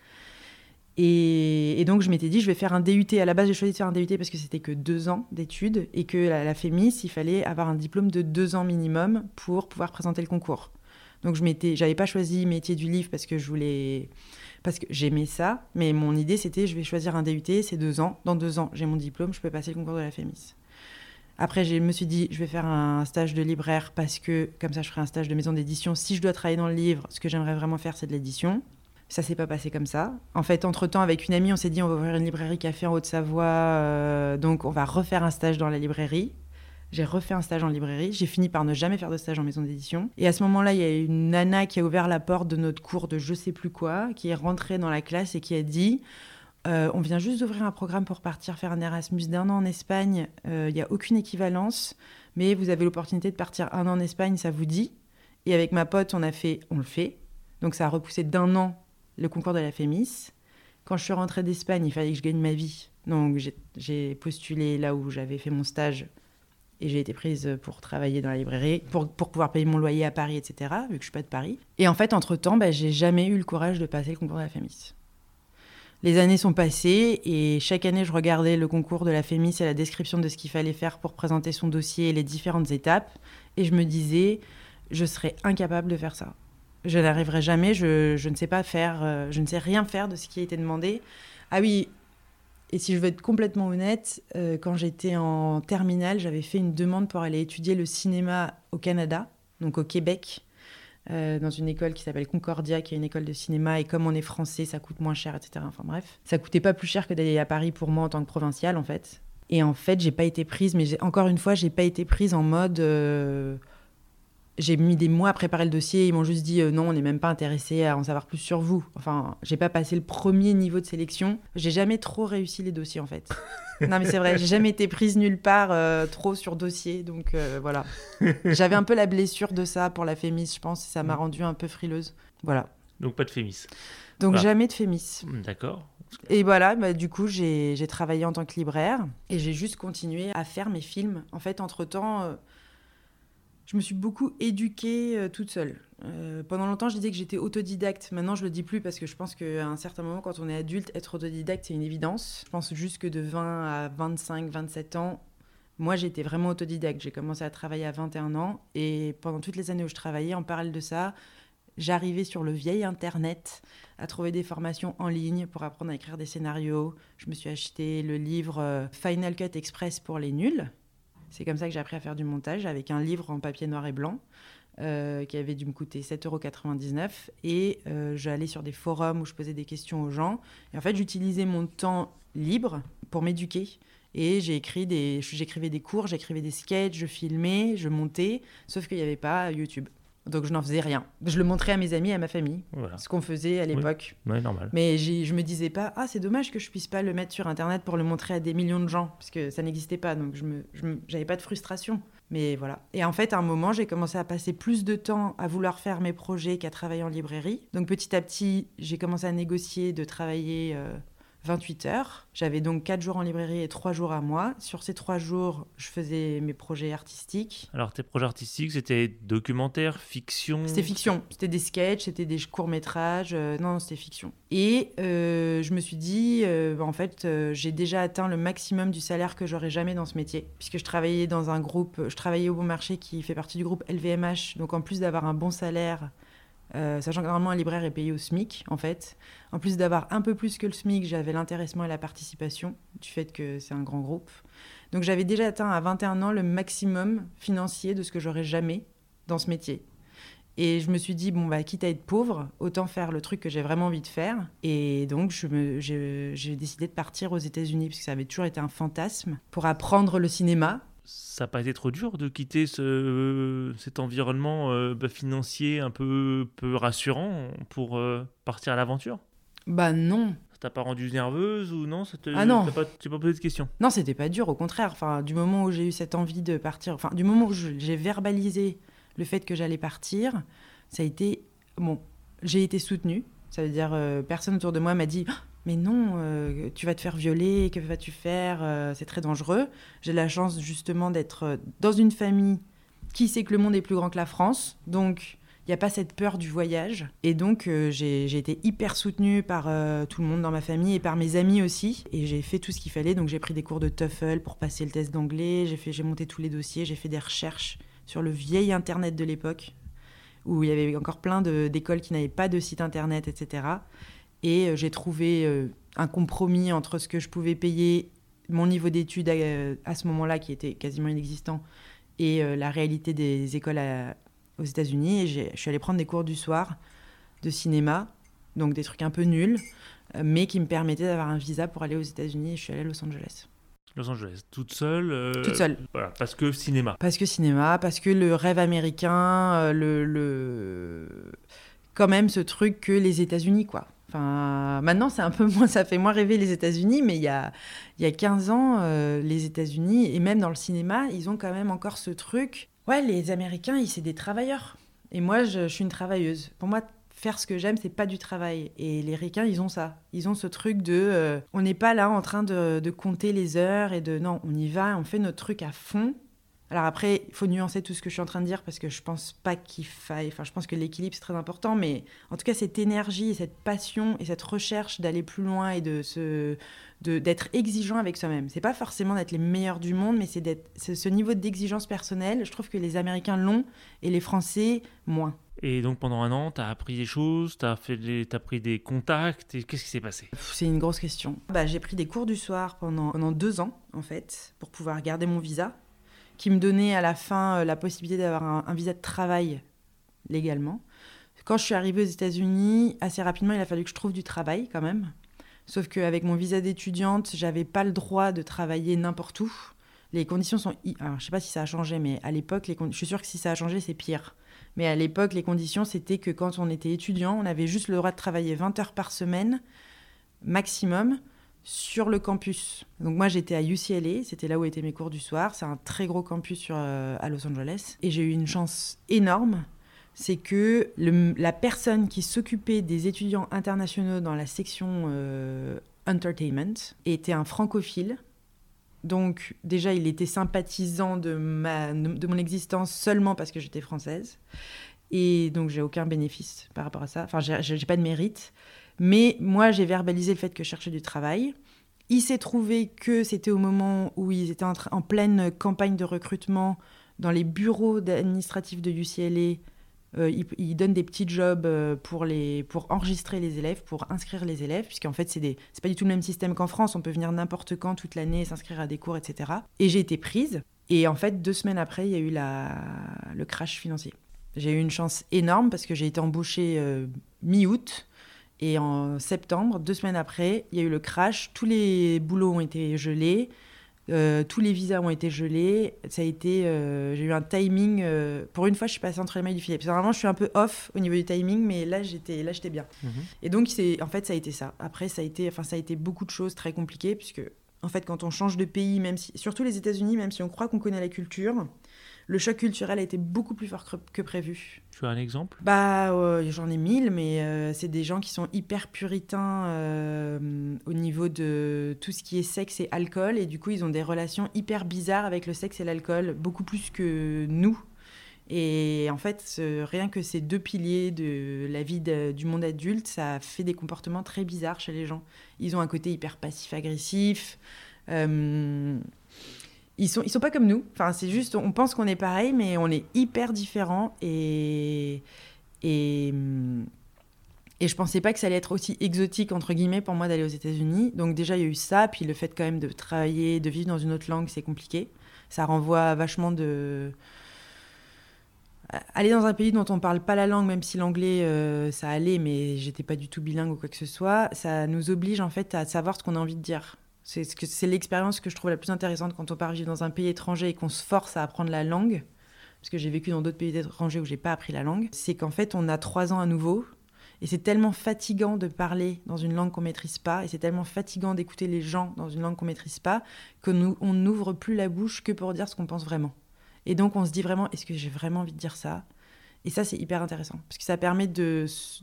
Et donc, je m'étais dit, je vais faire un DUT. À la base, j'ai choisi de faire un DUT parce que c'était que 2 ans d'études et que la FEMIS, il fallait avoir un diplôme de 2 ans minimum pour pouvoir présenter le concours. Donc, j'avais pas choisi métier du livre parce que j'aimais ça. Mais mon idée, c'était, je vais choisir un DUT, c'est 2 ans. Dans 2 ans, j'ai mon diplôme, je peux passer le concours de la FEMIS. Après, je me suis dit, je vais faire un stage de libraire parce que, comme ça, je ferai un stage de maison d'édition. Si je dois travailler dans le livre, ce que j'aimerais vraiment faire, c'est de l'édition. Ça s'est pas passé comme ça. En fait, entre-temps, avec une amie, on s'est dit on va ouvrir une librairie café en Haute-Savoie, donc on va refaire un stage dans la librairie. J'ai refait un stage en librairie. J'ai fini par ne jamais faire de stage en maison d'édition. Et à ce moment-là, il y a une nana qui a ouvert la porte de notre cours de je sais plus quoi, qui est rentrée dans la classe et qui a dit on vient juste d'ouvrir un programme pour partir faire un Erasmus d'1 an en Espagne. Il n'y a aucune équivalence, mais vous avez l'opportunité de partir 1 an en Espagne, ça vous dit? Et avec ma pote, on le fait. Donc ça a repoussé d'1 an le concours de la FEMIS. Quand je suis rentrée d'Espagne, il fallait que je gagne ma vie. Donc j'ai postulé là où j'avais fait mon stage et j'ai été prise pour travailler dans la librairie, pour pouvoir payer mon loyer à Paris, etc., vu que je ne suis pas de Paris. Et en fait, entre-temps, j'ai jamais eu le courage de passer le concours de la FEMIS. Les années sont passées et chaque année, je regardais le concours de la FEMIS et la description de ce qu'il fallait faire pour présenter son dossier et les différentes étapes. Et je me disais, je serais incapable de faire ça. Je n'arriverai jamais, je ne sais pas faire, je ne sais rien faire de ce qui a été demandé. Ah oui, et si je veux être complètement honnête, quand j'étais en terminale, j'avais fait une demande pour aller étudier le cinéma au Canada, donc au Québec, dans une école qui s'appelle Concordia, qui est une école de cinéma, et comme on est français, ça coûte moins cher, etc. Enfin bref, ça coûtait pas plus cher que d'aller à Paris pour moi en tant que provinciale, en fait. Et en fait, j'ai pas été prise, mais encore une fois, j'ai pas été prise en mode... J'ai mis des mois à préparer le dossier, ils m'ont juste dit non, on n'est même pas intéressé à en savoir plus sur vous. Enfin, j'ai pas passé le premier niveau de sélection. J'ai jamais trop réussi les dossiers en fait. Non mais c'est vrai, j'ai jamais été prise nulle part trop sur dossier, donc voilà. J'avais un peu la blessure de ça pour la FEMIS, je pense, et ça m'a rendue un peu frileuse. Voilà.
Donc pas de FEMIS.
Donc
voilà.
Jamais de FEMIS.
D'accord.
Et voilà, du coup, j'ai travaillé en tant que libraire et j'ai juste continué à faire mes films. En fait, entre-temps... Je me suis beaucoup éduquée toute seule. Pendant longtemps, je disais que j'étais autodidacte. Maintenant, je le dis plus parce que je pense qu'à un certain moment, quand on est adulte, être autodidacte, c'est une évidence. Je pense juste que de 20 à 25, 27 ans, moi, j'étais vraiment autodidacte. J'ai commencé à travailler à 21 ans et pendant toutes les années où je travaillais, en parallèle de ça, j'arrivais sur le vieil Internet à trouver des formations en ligne pour apprendre à écrire des scénarios. Je me suis acheté le livre Final Cut Express pour les nuls. C'est comme ça que j'ai appris à faire du montage avec un livre en papier noir et blanc qui avait dû me coûter 7,99 €. Et j'allais sur des forums où je posais des questions aux gens. Et en fait, j'utilisais mon temps libre pour m'éduquer. Et j'écrivais des cours, j'écrivais des sketchs, je filmais, je montais, sauf qu'il n'y avait pas YouTube. Donc je n'en faisais rien. Je le montrais à mes amis et à ma famille, ce qu'on faisait à l'époque.
Oui, normal.
Mais je me disais pas, c'est dommage que je puisse pas le mettre sur Internet pour le montrer à des millions de gens, parce que ça n'existait pas, donc j'avais pas de frustration. Mais voilà. Et en fait, à un moment, j'ai commencé à passer plus de temps à vouloir faire mes projets qu'à travailler en librairie. Donc petit à petit, j'ai commencé à négocier de travailler 28 heures. J'avais donc 4 jours en librairie et 3 jours à moi. Sur ces 3 jours, je faisais mes projets artistiques.
Alors, tes projets artistiques, c'était documentaire, fiction?
C'était fiction. C'était des sketchs, c'était des courts-métrages. Non, c'était fiction. Et je me suis dit, en fait, j'ai déjà atteint le maximum du salaire que j'aurais jamais dans ce métier. Puisque je travaillais dans un groupe, je travaillais au Bon Marché qui fait partie du groupe LVMH. Donc, en plus d'avoir un bon salaire... sachant que normalement un libraire est payé au SMIC en fait. En plus d'avoir un peu plus que le SMIC, j'avais l'intéressement et la participation du fait que c'est un grand groupe. Donc j'avais déjà atteint à 21 ans le maximum financier de ce que j'aurais jamais dans ce métier. Et je me suis dit, quitte à être pauvre, autant faire le truc que j'ai vraiment envie de faire. Et donc j'ai décidé de partir aux États-Unis parce que ça avait toujours été un fantasme pour apprendre le cinéma.
Ça n'a pas été trop dur de quitter cet environnement financier un peu rassurant pour partir à l'aventure?
Non.
Ça t'a pas rendu nerveuse ou non?
Non.
Tu pas posé de questions?
Non, c'était pas dur, au contraire. Du moment où j'ai eu cette envie de partir, du moment où j'ai verbalisé le fait que j'allais partir, ça a été... j'ai été soutenue. Ça veut dire, personne autour de moi m'a dit... Mais non, tu vas te faire violer, que vas-tu faire? C'est très dangereux. J'ai la chance justement d'être dans une famille qui sait que le monde est plus grand que la France. Donc, il n'y a pas cette peur du voyage. Et donc, j'ai été hyper soutenue par tout le monde dans ma famille et par mes amis aussi. Et j'ai fait tout ce qu'il fallait. Donc, j'ai pris des cours de TOEFL pour passer le test d'anglais. J'ai monté tous les dossiers. J'ai fait des recherches sur le vieil Internet de l'époque, où il y avait encore plein d'écoles qui n'avaient pas de site Internet, etc. Et j'ai trouvé un compromis entre ce que je pouvais payer, mon niveau d'études à ce moment-là, qui était quasiment inexistant, et la réalité des écoles aux États-Unis. Et je suis allée prendre des cours du soir de cinéma, donc des trucs un peu nuls, mais qui me permettaient d'avoir un visa pour aller aux États-Unis. Et je suis allée à Los Angeles.
Los Angeles, toute seule?
Toute seule.
Voilà, parce que cinéma.
Parce que cinéma, parce que le rêve américain, quand même ce truc que les États-Unis, quoi. Maintenant, c'est un peu moins, ça fait moins rêver les États-Unis, mais il y a 15 ans, les États-Unis, et même dans le cinéma, ils ont quand même encore ce truc. Ouais, les Américains, c'est des travailleurs. Et moi, je suis une travailleuse. Pour moi, faire ce que j'aime, c'est pas du travail. Et les Ricains, ils ont ça. Ils ont ce truc de... on n'est pas là en train de compter les heures et de... Non, on y va, on fait notre truc à fond. Alors après, il faut nuancer tout ce que je suis en train de dire parce que je pense pas qu'il faille... je pense que l'équilibre, c'est très important, mais en tout cas, cette énergie, cette passion et cette recherche d'aller plus loin et d'être exigeant avec soi-même. C'est pas forcément d'être les meilleurs du monde, mais c'est ce niveau d'exigence personnelle. Je trouve que les Américains l'ont et les Français, moins.
Et donc, pendant un an, tu as appris des choses, tu as pris des contacts, et qu'est-ce qui s'est passé?
C'est une grosse question. J'ai pris des cours du soir pendant 2 ans, en fait, pour pouvoir garder mon visa, qui me donnait à la fin la possibilité d'avoir un visa de travail légalement. Quand je suis arrivée aux États-Unis, assez rapidement, il a fallu que je trouve du travail quand même. Sauf qu'avec mon visa d'étudiante, j'avais pas le droit de travailler n'importe où. Les conditions sont... Alors, je sais pas si ça a changé, mais à l'époque, je suis sûre que si ça a changé, c'est pire. Mais à l'époque, les conditions, c'était que quand on était étudiant, on avait juste le droit de travailler 20 heures par semaine, maximum, sur le campus. Donc moi, j'étais à UCLA, c'était là où étaient mes cours du soir. C'est un très gros campus à Los Angeles. Et j'ai eu une chance énorme, c'est que la personne qui s'occupait des étudiants internationaux dans la section entertainment était un francophile Donc déjà, il était sympathisant de mon existence seulement parce que j'étais française. Et donc, j'ai aucun bénéfice par rapport à ça. Enfin, j'ai pas de mérite. Mais moi, j'ai verbalisé le fait que je cherchais du travail. Il s'est trouvé que c'était au moment où ils étaient en pleine campagne de recrutement dans les bureaux administratifs de UCLA. Ils donnent des petits jobs pour enregistrer les élèves, pour inscrire les élèves, puisqu'en fait, c'est pas du tout le même système qu'en France. On peut venir n'importe quand, toute l'année, s'inscrire à des cours, etc. Et j'ai été prise. Et en fait, 2 semaines après, il y a eu le crash financier. J'ai eu une chance énorme parce que j'ai été embauchée mi-août. Et en septembre, 2 semaines après, il y a eu le crash. Tous les boulots ont été gelés. Tous les visas ont été gelés. Ça a été, j'ai eu un timing. Pour une fois, je suis passée entre les mailles du filet. Parce que normalement, je suis un peu off au niveau du timing, mais là, j'étais bien. Mm-hmm. Et donc, en fait, ça a été ça. Après, ça a été beaucoup de choses très compliquées, puisque, en fait, quand on change de pays, surtout les États-Unis, même si on croit qu'on connaît la culture, le choc culturel a été beaucoup plus fort que prévu.
Tu as un exemple ?
J'en ai 1000, mais c'est des gens qui sont hyper puritains au niveau de tout ce qui est sexe et alcool. Et du coup, ils ont des relations hyper bizarres avec le sexe et l'alcool, beaucoup plus que nous. Et en fait, rien que ces 2 piliers de la vie du monde adulte, ça fait des comportements très bizarres chez les gens. Ils ont un côté hyper passif-agressif. Ils sont pas comme nous. Enfin, c'est juste, on pense qu'on est pareil, mais on est hyper différents. Et je pensais pas que ça allait être aussi exotique, entre guillemets, pour moi d'aller aux États-Unis. Donc déjà, il y a eu ça. Puis le fait quand même de travailler, de vivre dans une autre langue, c'est compliqué. Ça renvoie vachement aller dans un pays dont on parle pas la langue, même si l'anglais, ça allait, mais j'étais pas du tout bilingue ou quoi que ce soit, ça nous oblige en fait à savoir ce qu'on a envie de dire. C'est l'expérience que je trouve la plus intéressante quand on part vivre dans un pays étranger et qu'on se force à apprendre la langue, parce que j'ai vécu dans d'autres pays étrangers où j'ai pas appris la langue, c'est qu'en fait on a 3 ans à nouveau, et c'est tellement fatigant de parler dans une langue qu'on maîtrise pas, et c'est tellement fatigant d'écouter les gens dans une langue qu'on maîtrise pas, qu'on n'ouvre plus la bouche que pour dire ce qu'on pense vraiment. Et donc on se dit vraiment, est-ce que j'ai vraiment envie de dire ça ? Et ça, c'est hyper intéressant, parce que ça permet de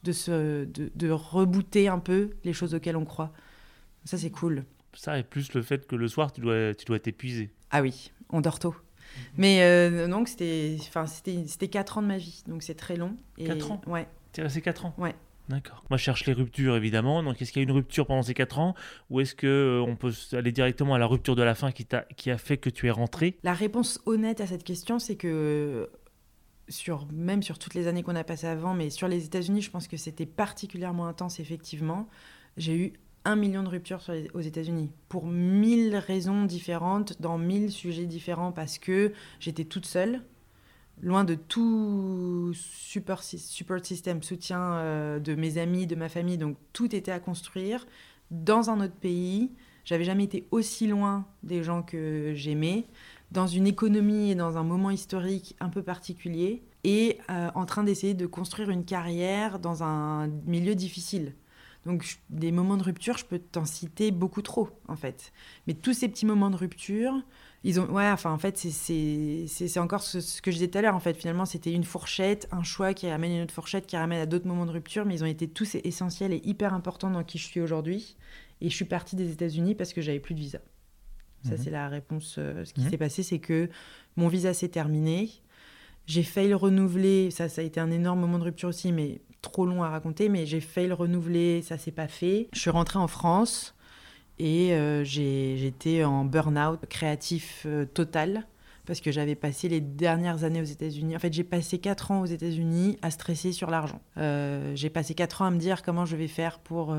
rebooter un peu les choses auxquelles on croit. Ça, c'est cool.
Ça, et plus le fait que le soir, tu dois t'épuiser.
Ah oui, on dort tôt. Mais donc, c'était 4 ans de ma vie, donc c'est très long.
4 ans ?
Ouais.
T'es resté 4 ans ?
Ouais.
D'accord. Moi, je cherche les ruptures, évidemment. Donc, est-ce qu'il y a une rupture pendant ces 4 ans ? Ou est-ce qu'on peut aller directement à la rupture de la fin qui a fait que tu es rentré ?
La réponse honnête à cette question, c'est que même sur toutes les années qu'on a passées avant, mais sur les États-Unis, je pense que c'était particulièrement intense, effectivement. J'ai eu 1 million de ruptures aux États-Unis, pour 1000 raisons différentes, dans 1000 sujets différents, parce que j'étais toute seule, loin de tout support system, soutien de mes amis, de ma famille, donc tout était à construire, dans un autre pays. J'avais jamais été aussi loin des gens que j'aimais, dans une économie et dans un moment historique un peu particulier, et en train d'essayer de construire une carrière dans un milieu difficile. Donc, des moments de rupture, je peux t'en citer beaucoup trop, en fait. Mais tous ces petits moments de rupture, en fait, c'est encore ce que je disais tout à l'heure. En fait, finalement, c'était une fourchette, un choix qui ramène une autre fourchette, qui ramène à d'autres moments de rupture, mais ils ont été tous essentiels et hyper importants dans qui je suis aujourd'hui. Et je suis partie des États-Unis parce que j'avais plus de visa. Ça, c'est la réponse. Ce qui s'est passé, c'est que mon visa s'est terminé. J'ai failli le renouveler. Ça a été un énorme moment de rupture aussi, mais trop long à raconter. Mais j'ai failli le renouveler, ça s'est pas fait. Je suis rentrée en France et j'étais en burn-out créatif total parce que j'avais passé les dernières années aux États-Unis. En fait, j'ai passé 4 ans aux États-Unis à stresser sur l'argent. J'ai passé 4 ans à me dire comment je vais faire pour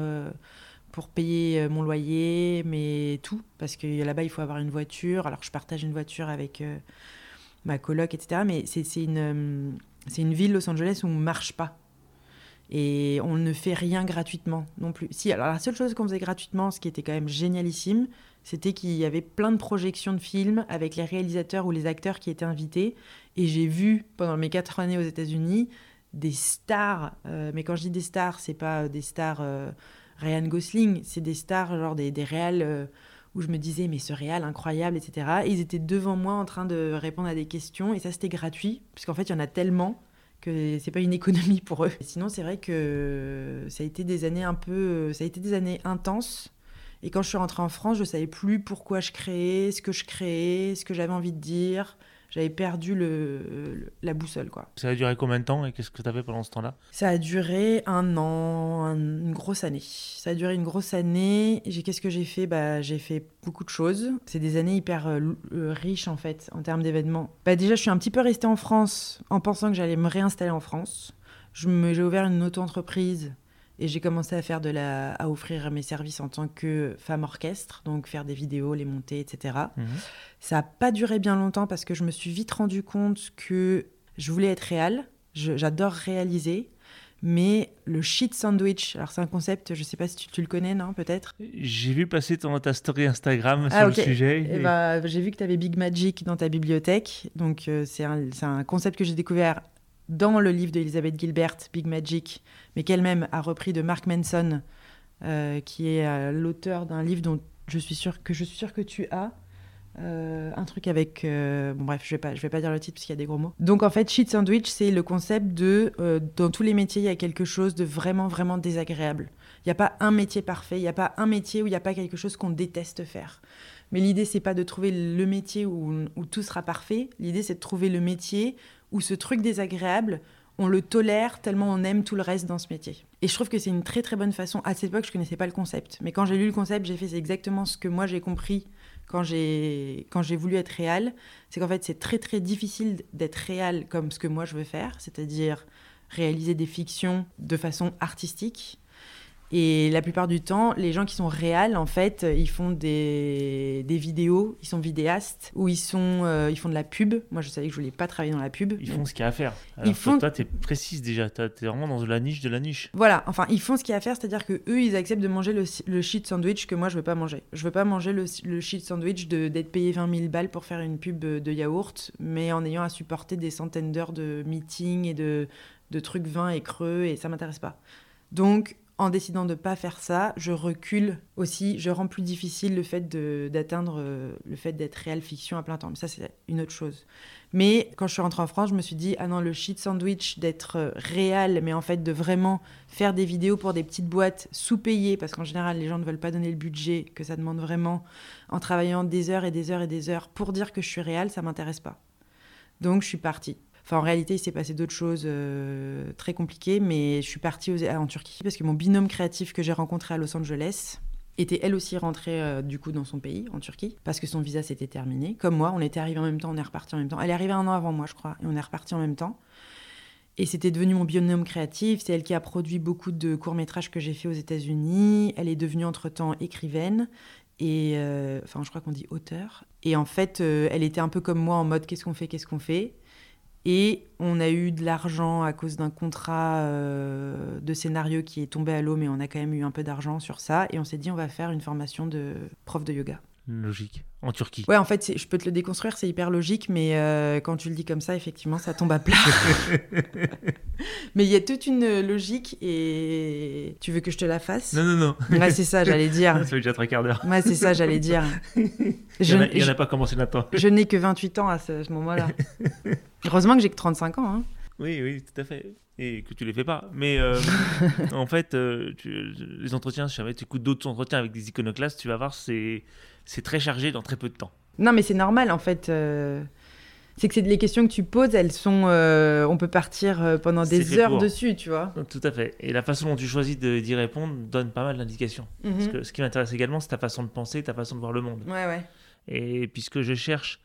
payer mon loyer, mais tout. Parce que là-bas, il faut avoir une voiture. Alors, je partage une voiture avec ma coloc, etc. Mais c'est une ville, Los Angeles, où on ne marche pas. Et on ne fait rien gratuitement non plus. Si, alors la seule chose qu'on faisait gratuitement, ce qui était quand même génialissime, c'était qu'il y avait plein de projections de films avec les réalisateurs ou les acteurs qui étaient invités. Et j'ai vu, pendant mes 4 années aux États-Unis, des stars. Mais quand je dis des stars, c'est pas des stars Ryan Gosling, c'est des stars, genre des réals où je me disais, mais ce réal incroyable, etc. Et ils étaient devant moi en train de répondre à des questions. Et ça, c'était gratuit, puisqu'en fait, il y en a tellement que c'est pas une économie pour eux. Sinon, c'est vrai que ça a été des années intenses, Et quand je suis rentrée en France, je savais plus pourquoi je créais, ce que j'avais envie de dire. J'avais perdu la boussole, quoi.
Ça a duré combien de temps et qu'est-ce que tu as fait pendant ce temps-là ?
Ça a duré 1 an, une grosse année. Ça a duré une grosse année. Qu'est-ce que j'ai fait ? J'ai fait beaucoup de choses. C'est des années hyper riches, en fait, en termes d'événements. Déjà, je suis un petit peu restée en France en pensant que j'allais me réinstaller en France. J'ai ouvert une auto-entreprise et j'ai commencé à offrir mes services en tant que femme orchestre, donc faire des vidéos, les monter, etc. Ça n'a pas duré bien longtemps parce que je me suis vite rendu compte que je voulais être réal. J'adore réaliser, mais le shit sandwich, alors c'est un concept, je ne sais pas si tu le connais, non, peut-être ?
J'ai vu passer ta story Instagram sur le sujet.
J'ai vu que tu avais Big Magic dans ta bibliothèque, donc c'est un concept que j'ai découvert dans le livre d'Elizabeth Gilbert, Big Magic, mais qu'elle-même a repris de Mark Manson, qui est l'auteur d'un livre dont je suis sûre que tu as. Un truc avec... bref, je vais pas dire le titre parce qu'il y a des gros mots. Donc en fait, shit sandwich, c'est le concept de... dans tous les métiers, il y a quelque chose de vraiment, vraiment désagréable. Il n'y a pas un métier parfait, il n'y a pas un métier où il n'y a pas quelque chose qu'on déteste faire. Mais l'idée, c'est pas de trouver le métier où tout sera parfait. L'idée, c'est de trouver le métier où ce truc désagréable, on le tolère tellement on aime tout le reste dans ce métier. Et je trouve que c'est une très très bonne façon. À cette époque, je connaissais pas le concept. Mais quand j'ai lu le concept, j'ai fait c'est exactement ce que moi j'ai compris quand j'ai voulu être réal. C'est qu'en fait, c'est très très difficile d'être réal comme ce que moi je veux faire, c'est-à-dire réaliser des fictions de façon artistique. Et la plupart du temps, les gens qui sont réals, en fait, ils font des vidéos, ils sont vidéastes, ou ils font de la pub. Moi, je savais que je voulais pas travailler dans la pub.
Ils font ce qu'il y a à faire. Alors toi, t'es précise déjà, t'es vraiment dans la niche de la niche.
Voilà, enfin, ils font ce qu'il y a à faire, c'est-à-dire que eux, ils acceptent de manger le shit sandwich que moi, je veux pas manger. Je veux pas manger le shit sandwich d'être payé 20 000 balles pour faire une pub de yaourt, mais en ayant à supporter des centaines d'heures de meetings et de trucs vains et creux, et ça m'intéresse pas. Donc, en décidant de ne pas faire ça, je recule aussi, je rends plus difficile le fait d'atteindre le fait d'être réel fiction à plein temps. Mais ça, c'est une autre chose. Mais quand je suis rentrée en France, je me suis dit, ah non, le shit sandwich d'être réel, mais en fait de vraiment faire des vidéos pour des petites boîtes sous-payées, parce qu'en général, les gens ne veulent pas donner le budget que ça demande vraiment, en travaillant des heures et des heures et des heures pour dire que je suis réel, ça ne m'intéresse pas. Donc, je suis partie. Enfin, en réalité, il s'est passé d'autres choses très compliquées, mais je suis partie en Turquie parce que mon binôme créatif que j'ai rencontré à Los Angeles était elle aussi rentrée du coup dans son pays, en Turquie, parce que son visa s'était terminé. Comme moi, on était arrivés en même temps, on est repartis en même temps. Elle est arrivée 1 an avant moi, je crois, et on est repartis en même temps. Et c'était devenu mon binôme créatif. C'est elle qui a produit beaucoup de courts-métrages que j'ai fait aux États-Unis. Elle est devenue entre-temps écrivaine. Et je crois qu'on dit auteur. Et en fait, elle était un peu comme moi en mode qu'est-ce qu'on fait. Et on a eu de l'argent à cause d'un contrat de scénario qui est tombé à l'eau, mais on a quand même eu un peu d'argent sur ça. Et on s'est dit, on va faire une formation de prof de yoga.
Logique. En Turquie.
Ouais, en fait, je peux te le déconstruire, c'est hyper logique, mais quand tu le dis comme ça, effectivement, ça tombe à plat. Mais il y a toute une logique et... Tu veux que je te la fasse ?
Non.
Ouais, c'est ça, j'allais dire.
Ça fait déjà 3/4 d'heure.
Ouais, c'est ça, j'allais dire.
Il n'y en a pas commencé là-dedans.
Je n'ai que 28 ans à ce moment-là. Heureusement que j'ai que 35 ans. Hein.
Oui, tout à fait. Et que tu les fais pas. Mais en fait, les entretiens, si jamais tu écoutes d'autres entretiens avec des iconoclastes, tu vas voir, c'est très chargé dans très peu de temps.
Non, mais c'est normal, en fait. C'est que les questions que tu poses, elles sont... on peut partir pendant des heures dessus, tu vois.
Tout à fait. Et la façon dont tu choisis d'y répondre donne pas mal d'indications. Parce que ce qui m'intéresse également, c'est ta façon de penser, ta façon de voir le monde.
Ouais.
Et puisque je cherche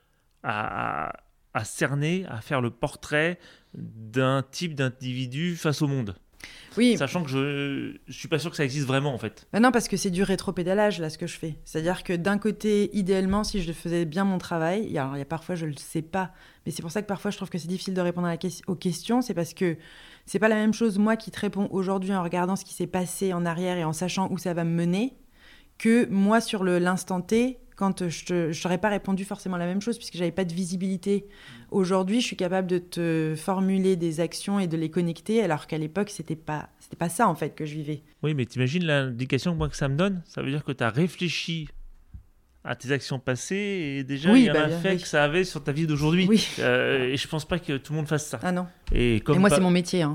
à cerner, à faire le portrait d'un type d'individu face au monde.
Oui.
Sachant que je suis pas sûr que ça existe vraiment, en fait.
Bah non, parce que c'est du rétropédalage, là, ce que je fais. C'est-à-dire que d'un côté, idéalement, si je faisais bien mon travail, il y a parfois, je le sais pas, mais c'est pour ça que parfois, je trouve que c'est difficile de répondre aux questions, c'est parce que c'est pas la même chose, moi, qui te réponds aujourd'hui en regardant ce qui s'est passé en arrière et en sachant où ça va me mener, que moi, sur l'instant T, quand je t'aurais pas répondu forcément la même chose puisque j'avais pas de visibilité. Aujourd'hui, je suis capable de te formuler des actions et de les connecter, alors qu'à l'époque, c'était pas ça en fait que je vivais.
Oui, mais t'imagines l'indication que ça me donne ? Ça veut dire que tu as réfléchi à tes actions passées et déjà il y a un effet que ça avait sur ta vie d'aujourd'hui.
Oui.
Et je pense pas que tout le monde fasse ça.
Ah non.
Et
moi, c'est mon métier. Hein.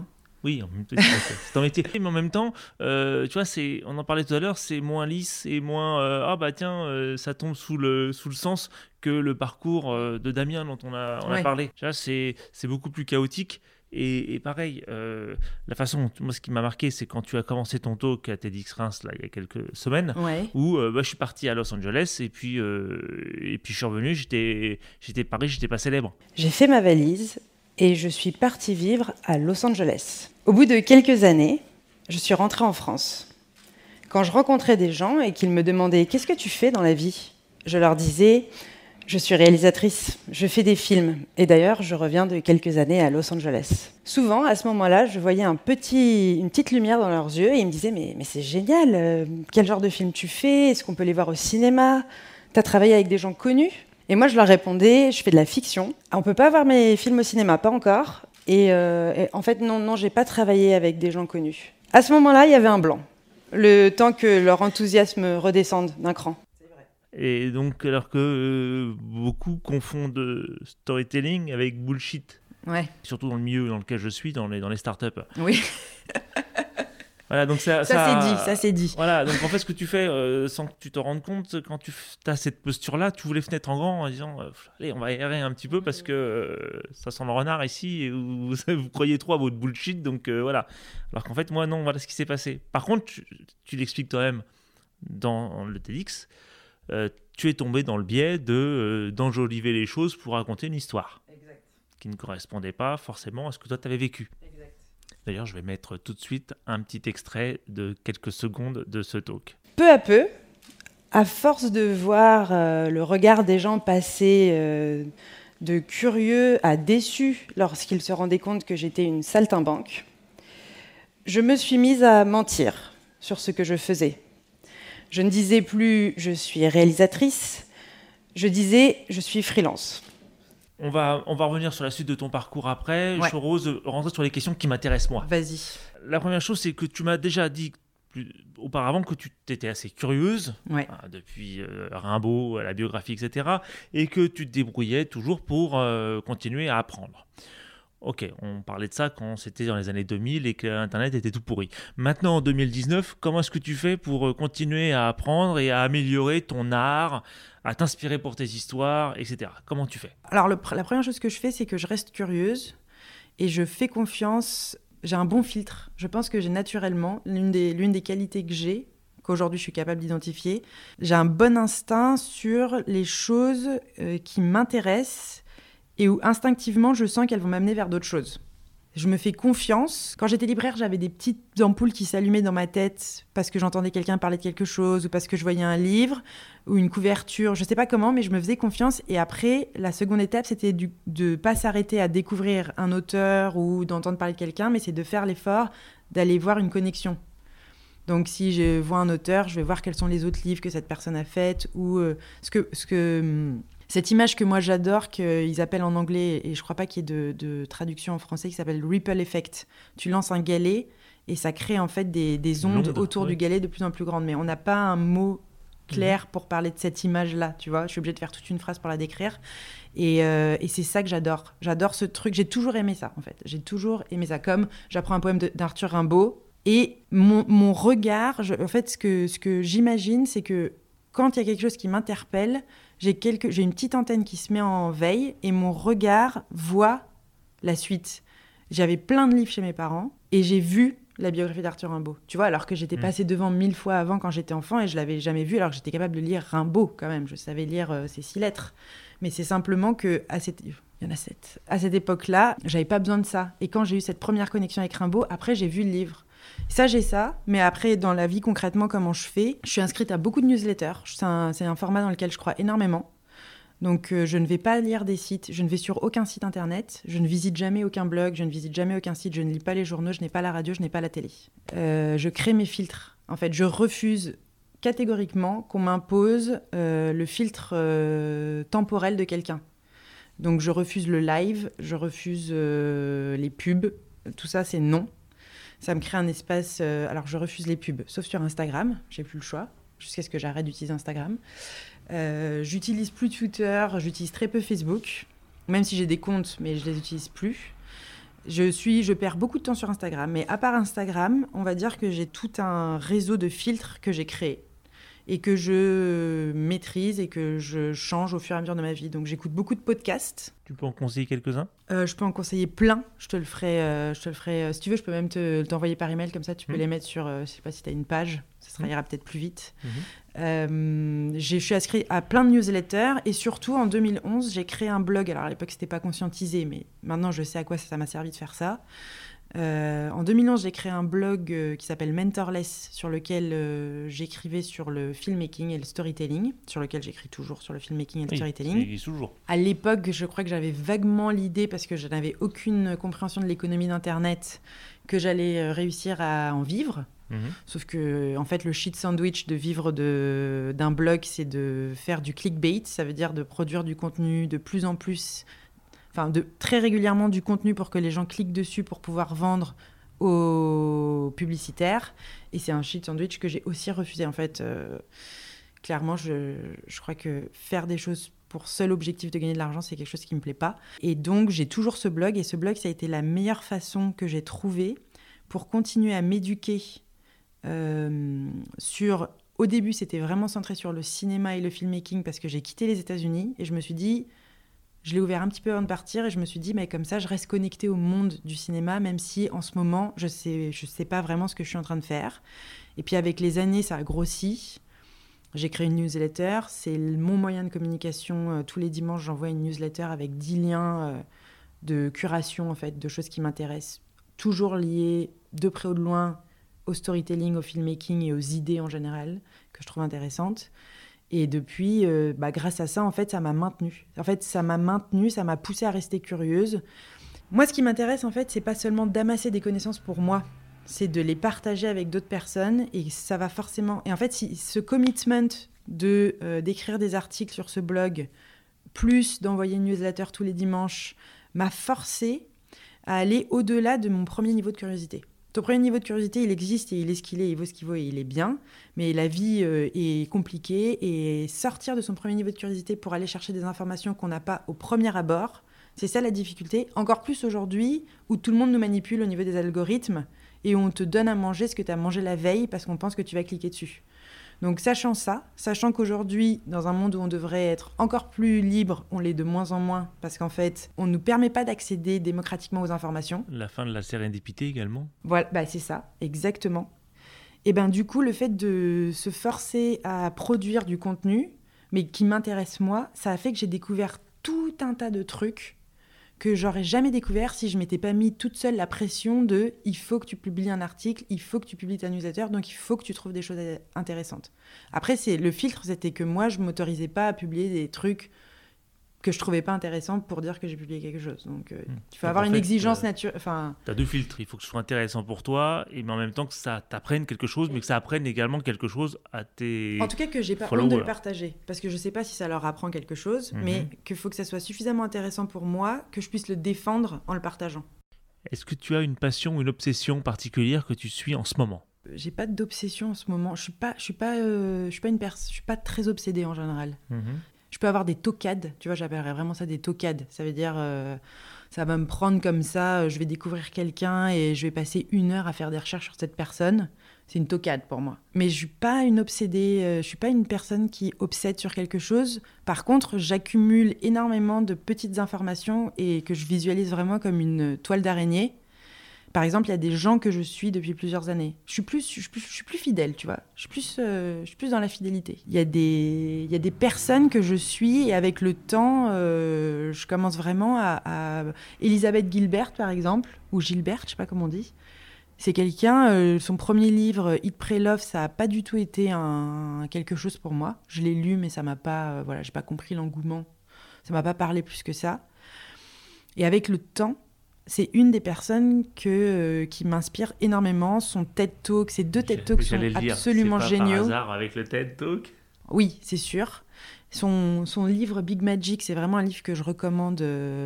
Oui, en même temps, c'est ton métier. Mais en même temps, tu vois, on en parlait tout à l'heure, c'est moins lisse et moins ça tombe sous le sens que le parcours de Damien dont on a parlé. Tu vois, c'est beaucoup plus chaotique. Et pareil, la façon, moi, ce qui m'a marqué, c'est quand tu as commencé ton talk à TEDxReims, là, il y a quelques semaines, où je suis parti à Los Angeles et puis je suis revenu, j'étais Paris, j'étais pas célèbre.
J'ai fait ma valise et je suis partie vivre à Los Angeles. Au bout de quelques années, je suis rentrée en France. Quand je rencontrais des gens et qu'ils me demandaient « Qu'est-ce que tu fais dans la vie ?» Je leur disais « Je suis réalisatrice, je fais des films. Et d'ailleurs, je reviens de quelques années à Los Angeles. » Souvent, à ce moment-là, je voyais une petite lumière dans leurs yeux et ils me disaient « Mais c'est génial, quel genre de film tu fais? Est-ce qu'on peut les voir au cinéma? T'as travaillé avec des gens connus ?» Et moi, je leur répondais, je fais de la fiction. On ne peut pas voir mes films au cinéma, pas encore. Et en fait, non, j'ai pas travaillé avec des gens connus. À ce moment-là, il y avait un blanc. Le temps que leur enthousiasme redescende d'un cran.
Et donc, alors que beaucoup confondent storytelling avec bullshit.
Ouais.
Surtout dans le milieu dans lequel je suis, dans les startups.
Oui.
Voilà, donc ça
c'est dit.
Voilà, donc en fait, ce que tu fais sans que tu te rendes compte, quand tu as cette posture-là, tu ouvres les fenêtres en grand en disant allez, on va errer un petit peu parce que ça sent le renard ici et vous croyez trop à votre bullshit, donc voilà. Alors qu'en fait, moi, non, voilà ce qui s'est passé. Par contre, tu l'expliques toi-même dans le TEDx, tu es tombé dans le biais d'enjoliver les choses pour raconter une histoire qui ne correspondait pas forcément à ce que toi, tu avais vécu. D'ailleurs, je vais mettre tout de suite un petit extrait de quelques secondes de ce talk.
Peu à peu, à force de voir le regard des gens passer de curieux à déçus lorsqu'ils se rendaient compte que j'étais une saltimbanque, je me suis mise à mentir sur ce que je faisais. Je ne disais plus « je suis réalisatrice », je disais « je suis freelance ».
On va revenir sur la suite de ton parcours après. Je propose de rentrer sur les questions qui m'intéressent moi.
Vas-y.
La première chose, c'est que tu m'as déjà dit auparavant que tu étais assez curieuse, depuis Rimbaud, la biographie, etc., et que tu te débrouillais toujours pour continuer à apprendre. Ok, on parlait de ça quand c'était dans les années 2000 et que Internet était tout pourri. Maintenant, en 2019, comment est-ce que tu fais pour continuer à apprendre et à améliorer ton art, à t'inspirer pour tes histoires, etc. Comment tu fais ?
Alors, la première chose que je fais, c'est que je reste curieuse et je fais confiance. J'ai un bon filtre. Je pense que j'ai naturellement, l'une des qualités que j'ai, qu'aujourd'hui je suis capable d'identifier, j'ai un bon instinct sur les choses qui m'intéressent et où instinctivement je sens qu'elles vont m'amener vers d'autres choses. Je me fais confiance. Quand j'étais libraire, j'avais des petites ampoules qui s'allumaient dans ma tête parce que j'entendais quelqu'un parler de quelque chose ou parce que je voyais un livre ou une couverture, je sais pas comment, mais je me faisais confiance. Et après, la seconde étape, c'était de pas s'arrêter à découvrir un auteur ou d'entendre parler de quelqu'un, mais c'est de faire l'effort d'aller voir une connexion. Donc si je vois un auteur, je vais voir quels sont les autres livres que cette personne a faits ou cette image que moi j'adore, qu'ils appellent en anglais, et je crois pas qu'il y ait de traduction en français, qui s'appelle Ripple Effect. Tu lances un galet et ça crée en fait des ondes autour du galet de plus en plus grandes. Mais on n'a pas un mot clair pour parler de cette image-là, tu vois. Je suis obligée de faire toute une phrase pour la décrire. Et c'est ça que j'adore. J'adore ce truc. J'ai toujours aimé ça, en fait. J'ai toujours aimé ça. Comme j'apprends un poème d'Arthur Rimbaud. Et mon regard, en fait, ce que j'imagine, c'est que quand il y a quelque chose qui m'interpelle, j'ai une petite antenne qui se met en veille et mon regard voit la suite. J'avais plein de livres chez mes parents et j'ai vu la biographie d'Arthur Rimbaud. Tu vois, alors que j'étais passée devant 1000 fois avant quand j'étais enfant et je l'avais jamais vu, alors que j'étais capable de lire Rimbaud quand même. Je savais lire ses 6 lettres. Mais c'est simplement que il y en a 7. À cette époque-là, j'avais pas besoin de ça. Et quand j'ai eu cette première connexion avec Rimbaud, après j'ai vu le livre. Ça, j'ai ça, mais après, dans la vie, concrètement, comment je fais ? Je suis inscrite à beaucoup de newsletters. C'est un format dans lequel je crois énormément. Donc, je ne vais pas lire des sites. Je ne vais sur aucun site internet. Je ne visite jamais aucun blog. Je ne visite jamais aucun site. Je ne lis pas les journaux. Je n'ai pas la radio. Je n'ai pas la télé. Je crée mes filtres. En fait, je refuse catégoriquement qu'on m'impose le filtre temporel de quelqu'un. Donc, je refuse le live. Je refuse les pubs. Tout ça, c'est non. Ça me crée un espace... alors, je refuse les pubs, sauf sur Instagram. J'ai plus le choix, jusqu'à ce que j'arrête d'utiliser Instagram. J'utilise plus Twitter, j'utilise très peu Facebook, même si j'ai des comptes, mais je les utilise plus. Je perds beaucoup de temps sur Instagram, mais à part Instagram, on va dire que j'ai tout un réseau de filtres que j'ai créé et que je maîtrise et que je change au fur et à mesure de ma vie. Donc j'écoute beaucoup de podcasts.
Tu peux en conseiller quelques-uns ?
Je peux en conseiller plein. Je te le ferai. Si tu veux, je peux même t'envoyer par email, comme ça tu peux les mettre sur, je sais pas si tu as une page, ça ira peut-être plus vite. Je suis inscrite à plein de newsletters et surtout en 2011, j'ai créé un blog. Alors à l'époque, c'était pas conscientisé, mais maintenant je sais à quoi ça m'a servi de faire ça. En 2011, j'ai créé un blog qui s'appelle Mentorless, sur lequel j'écrivais sur le filmmaking et le storytelling, sur lequel j'écris toujours sur le filmmaking et le storytelling.
Toujours.
À l'époque, je crois que j'avais vaguement l'idée, parce que je n'avais aucune compréhension de l'économie d'Internet, que j'allais réussir à en vivre. Sauf que, en fait, le shit sandwich de vivre d'un blog, c'est de faire du clickbait, ça veut dire de produire du contenu de plus en plus... très régulièrement du contenu pour que les gens cliquent dessus pour pouvoir vendre aux publicitaires. Et c'est un shit sandwich que j'ai aussi refusé. En fait, clairement, je crois que faire des choses pour seul objectif de gagner de l'argent, c'est quelque chose qui ne me plaît pas. Et donc, j'ai toujours ce blog. Et ce blog, ça a été la meilleure façon que j'ai trouvée pour continuer à m'éduquer sur... Au début, c'était vraiment centré sur le cinéma et le filmmaking parce que j'ai quitté les États-Unis et je me suis dit... Je l'ai ouvert un petit peu avant de partir et je me suis dit, mais comme ça, je reste connectée au monde du cinéma, même si en ce moment, je sais pas vraiment ce que je suis en train de faire. Et puis avec les années, ça a grossi. J'ai créé une newsletter. C'est mon moyen de communication. Tous les dimanches, j'envoie une newsletter avec 10 liens de curation, en fait, de choses qui m'intéressent. Toujours liées, de près ou de loin, au storytelling, au filmmaking et aux idées en général, que je trouve intéressantes. Et depuis, grâce à ça, en fait, ça m'a maintenue. En fait, ça m'a poussée à rester curieuse. Moi, ce qui m'intéresse, en fait, c'est pas seulement d'amasser des connaissances pour moi, c'est de les partager avec d'autres personnes. Et ça va forcément... Et en fait, ce commitment d'écrire des articles sur ce blog, plus d'envoyer une newsletter tous les dimanches, m'a forcée à aller au-delà de mon premier niveau de curiosité. Ton premier niveau de curiosité, il existe et il est ce qu'il est, il vaut ce qu'il vaut et il est bien. Mais la vie est compliquée et sortir de son premier niveau de curiosité pour aller chercher des informations qu'on n'a pas au premier abord, c'est ça la difficulté. Encore plus aujourd'hui où tout le monde nous manipule au niveau des algorithmes et où on te donne à manger ce que tu as mangé la veille parce qu'on pense que tu vas cliquer dessus. Donc sachant qu'aujourd'hui, dans un monde où on devrait être encore plus libre, on l'est de moins en moins, parce qu'en fait, on ne nous permet pas d'accéder démocratiquement aux informations.
La fin de la sérendipité également.
Voilà, c'est ça, exactement. Et du coup, le fait de se forcer à produire du contenu, mais qui m'intéresse moi, ça a fait que j'ai découvert tout un tas de trucs que j'aurais jamais découvert si je m'étais pas mis toute seule la pression de « il faut que tu publies un article, il faut que tu publies ta newsletter, donc il faut que tu trouves des choses intéressantes ». Après, le filtre, c'était que moi, je m'autorisais pas à publier des trucs que je trouvais pas intéressants pour dire que j'ai publié quelque chose. Donc, il faut avoir une exigence naturelle.
Tu as deux filtres. Il faut que ce soit intéressant pour toi, mais en même temps que ça t'apprenne quelque chose, mais que ça apprenne également quelque chose à tes
En tout cas, que j'ai pas honte de le partager. Parce que je sais pas si ça leur apprend quelque chose, mais qu'il faut que ça soit suffisamment intéressant pour moi que je puisse le défendre en le partageant.
Est-ce que tu as une passion ou une obsession particulière que tu suis en ce moment ?
J'ai pas d'obsession en ce moment. Je suis pas très obsédée en général. Je peux avoir des tocades, tu vois, j'appellerais vraiment ça des tocades. Ça veut dire, ça va me prendre comme ça, je vais découvrir quelqu'un et je vais passer 1 heure à faire des recherches sur cette personne. C'est une tocade pour moi. Mais je suis pas une obsédée, je suis pas une personne qui obsède sur quelque chose. Par contre, j'accumule énormément de petites informations et que je visualise vraiment comme une toile d'araignée. Par exemple, il y a des gens que je suis depuis plusieurs années. Je suis plus fidèle, tu vois. Je suis plus dans la fidélité. Il y a des personnes que je suis et avec le temps, je commence vraiment à Elisabeth Gilbert, par exemple, ou Gilbert, je sais pas comment on dit. C'est quelqu'un, son premier livre, Eat, Pray, Love, ça n'a pas du tout été quelque chose pour moi. Je l'ai lu, mais ça m'a pas, j'ai pas compris l'engouement. Ça m'a pas parlé plus que ça. Et avec le temps, c'est une des personnes qui m'inspire énormément. Son TED Talk, ces 2 TED Talks sont absolument géniaux. C'est pas
par hasard avec le TED Talk ?
Oui, c'est sûr. Son livre Big Magic, c'est vraiment un livre que je recommande,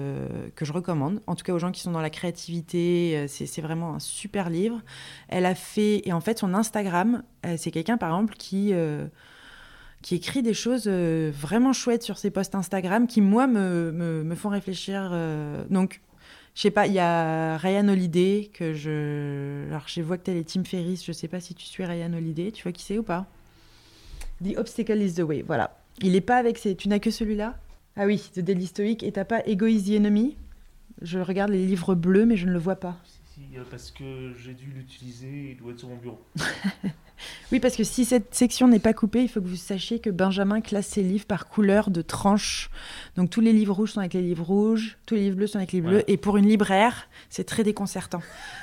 en tout cas aux gens qui sont dans la créativité. C'est vraiment un super livre. Elle a fait, et en fait son Instagram, c'est quelqu'un par exemple qui écrit des choses vraiment chouettes sur ses posts Instagram qui moi me font réfléchir. Donc Je sais pas, il y a Ryan Holiday Alors, je vois que t'as les Tim Ferriss, je sais pas si tu suis Ryan Holiday, tu vois qui c'est ou pas? The Obstacle is the Way, voilà. Il est pas avec Tu n'as que celui-là? Ah oui, The Daily Stoic, et t'as pas Ego is the Enemy? Je regarde les livres bleus, mais je ne le vois pas.
Si, parce que j'ai dû l'utiliser, il doit être sur mon bureau.
Oui, parce que si cette section n'est pas coupée, il faut que vous sachiez que Benjamin classe ses livres par couleur de tranche. Donc tous les livres rouges sont avec les livres rouges, tous les livres bleus sont avec les bleus. Et pour une libraire, c'est très déconcertant.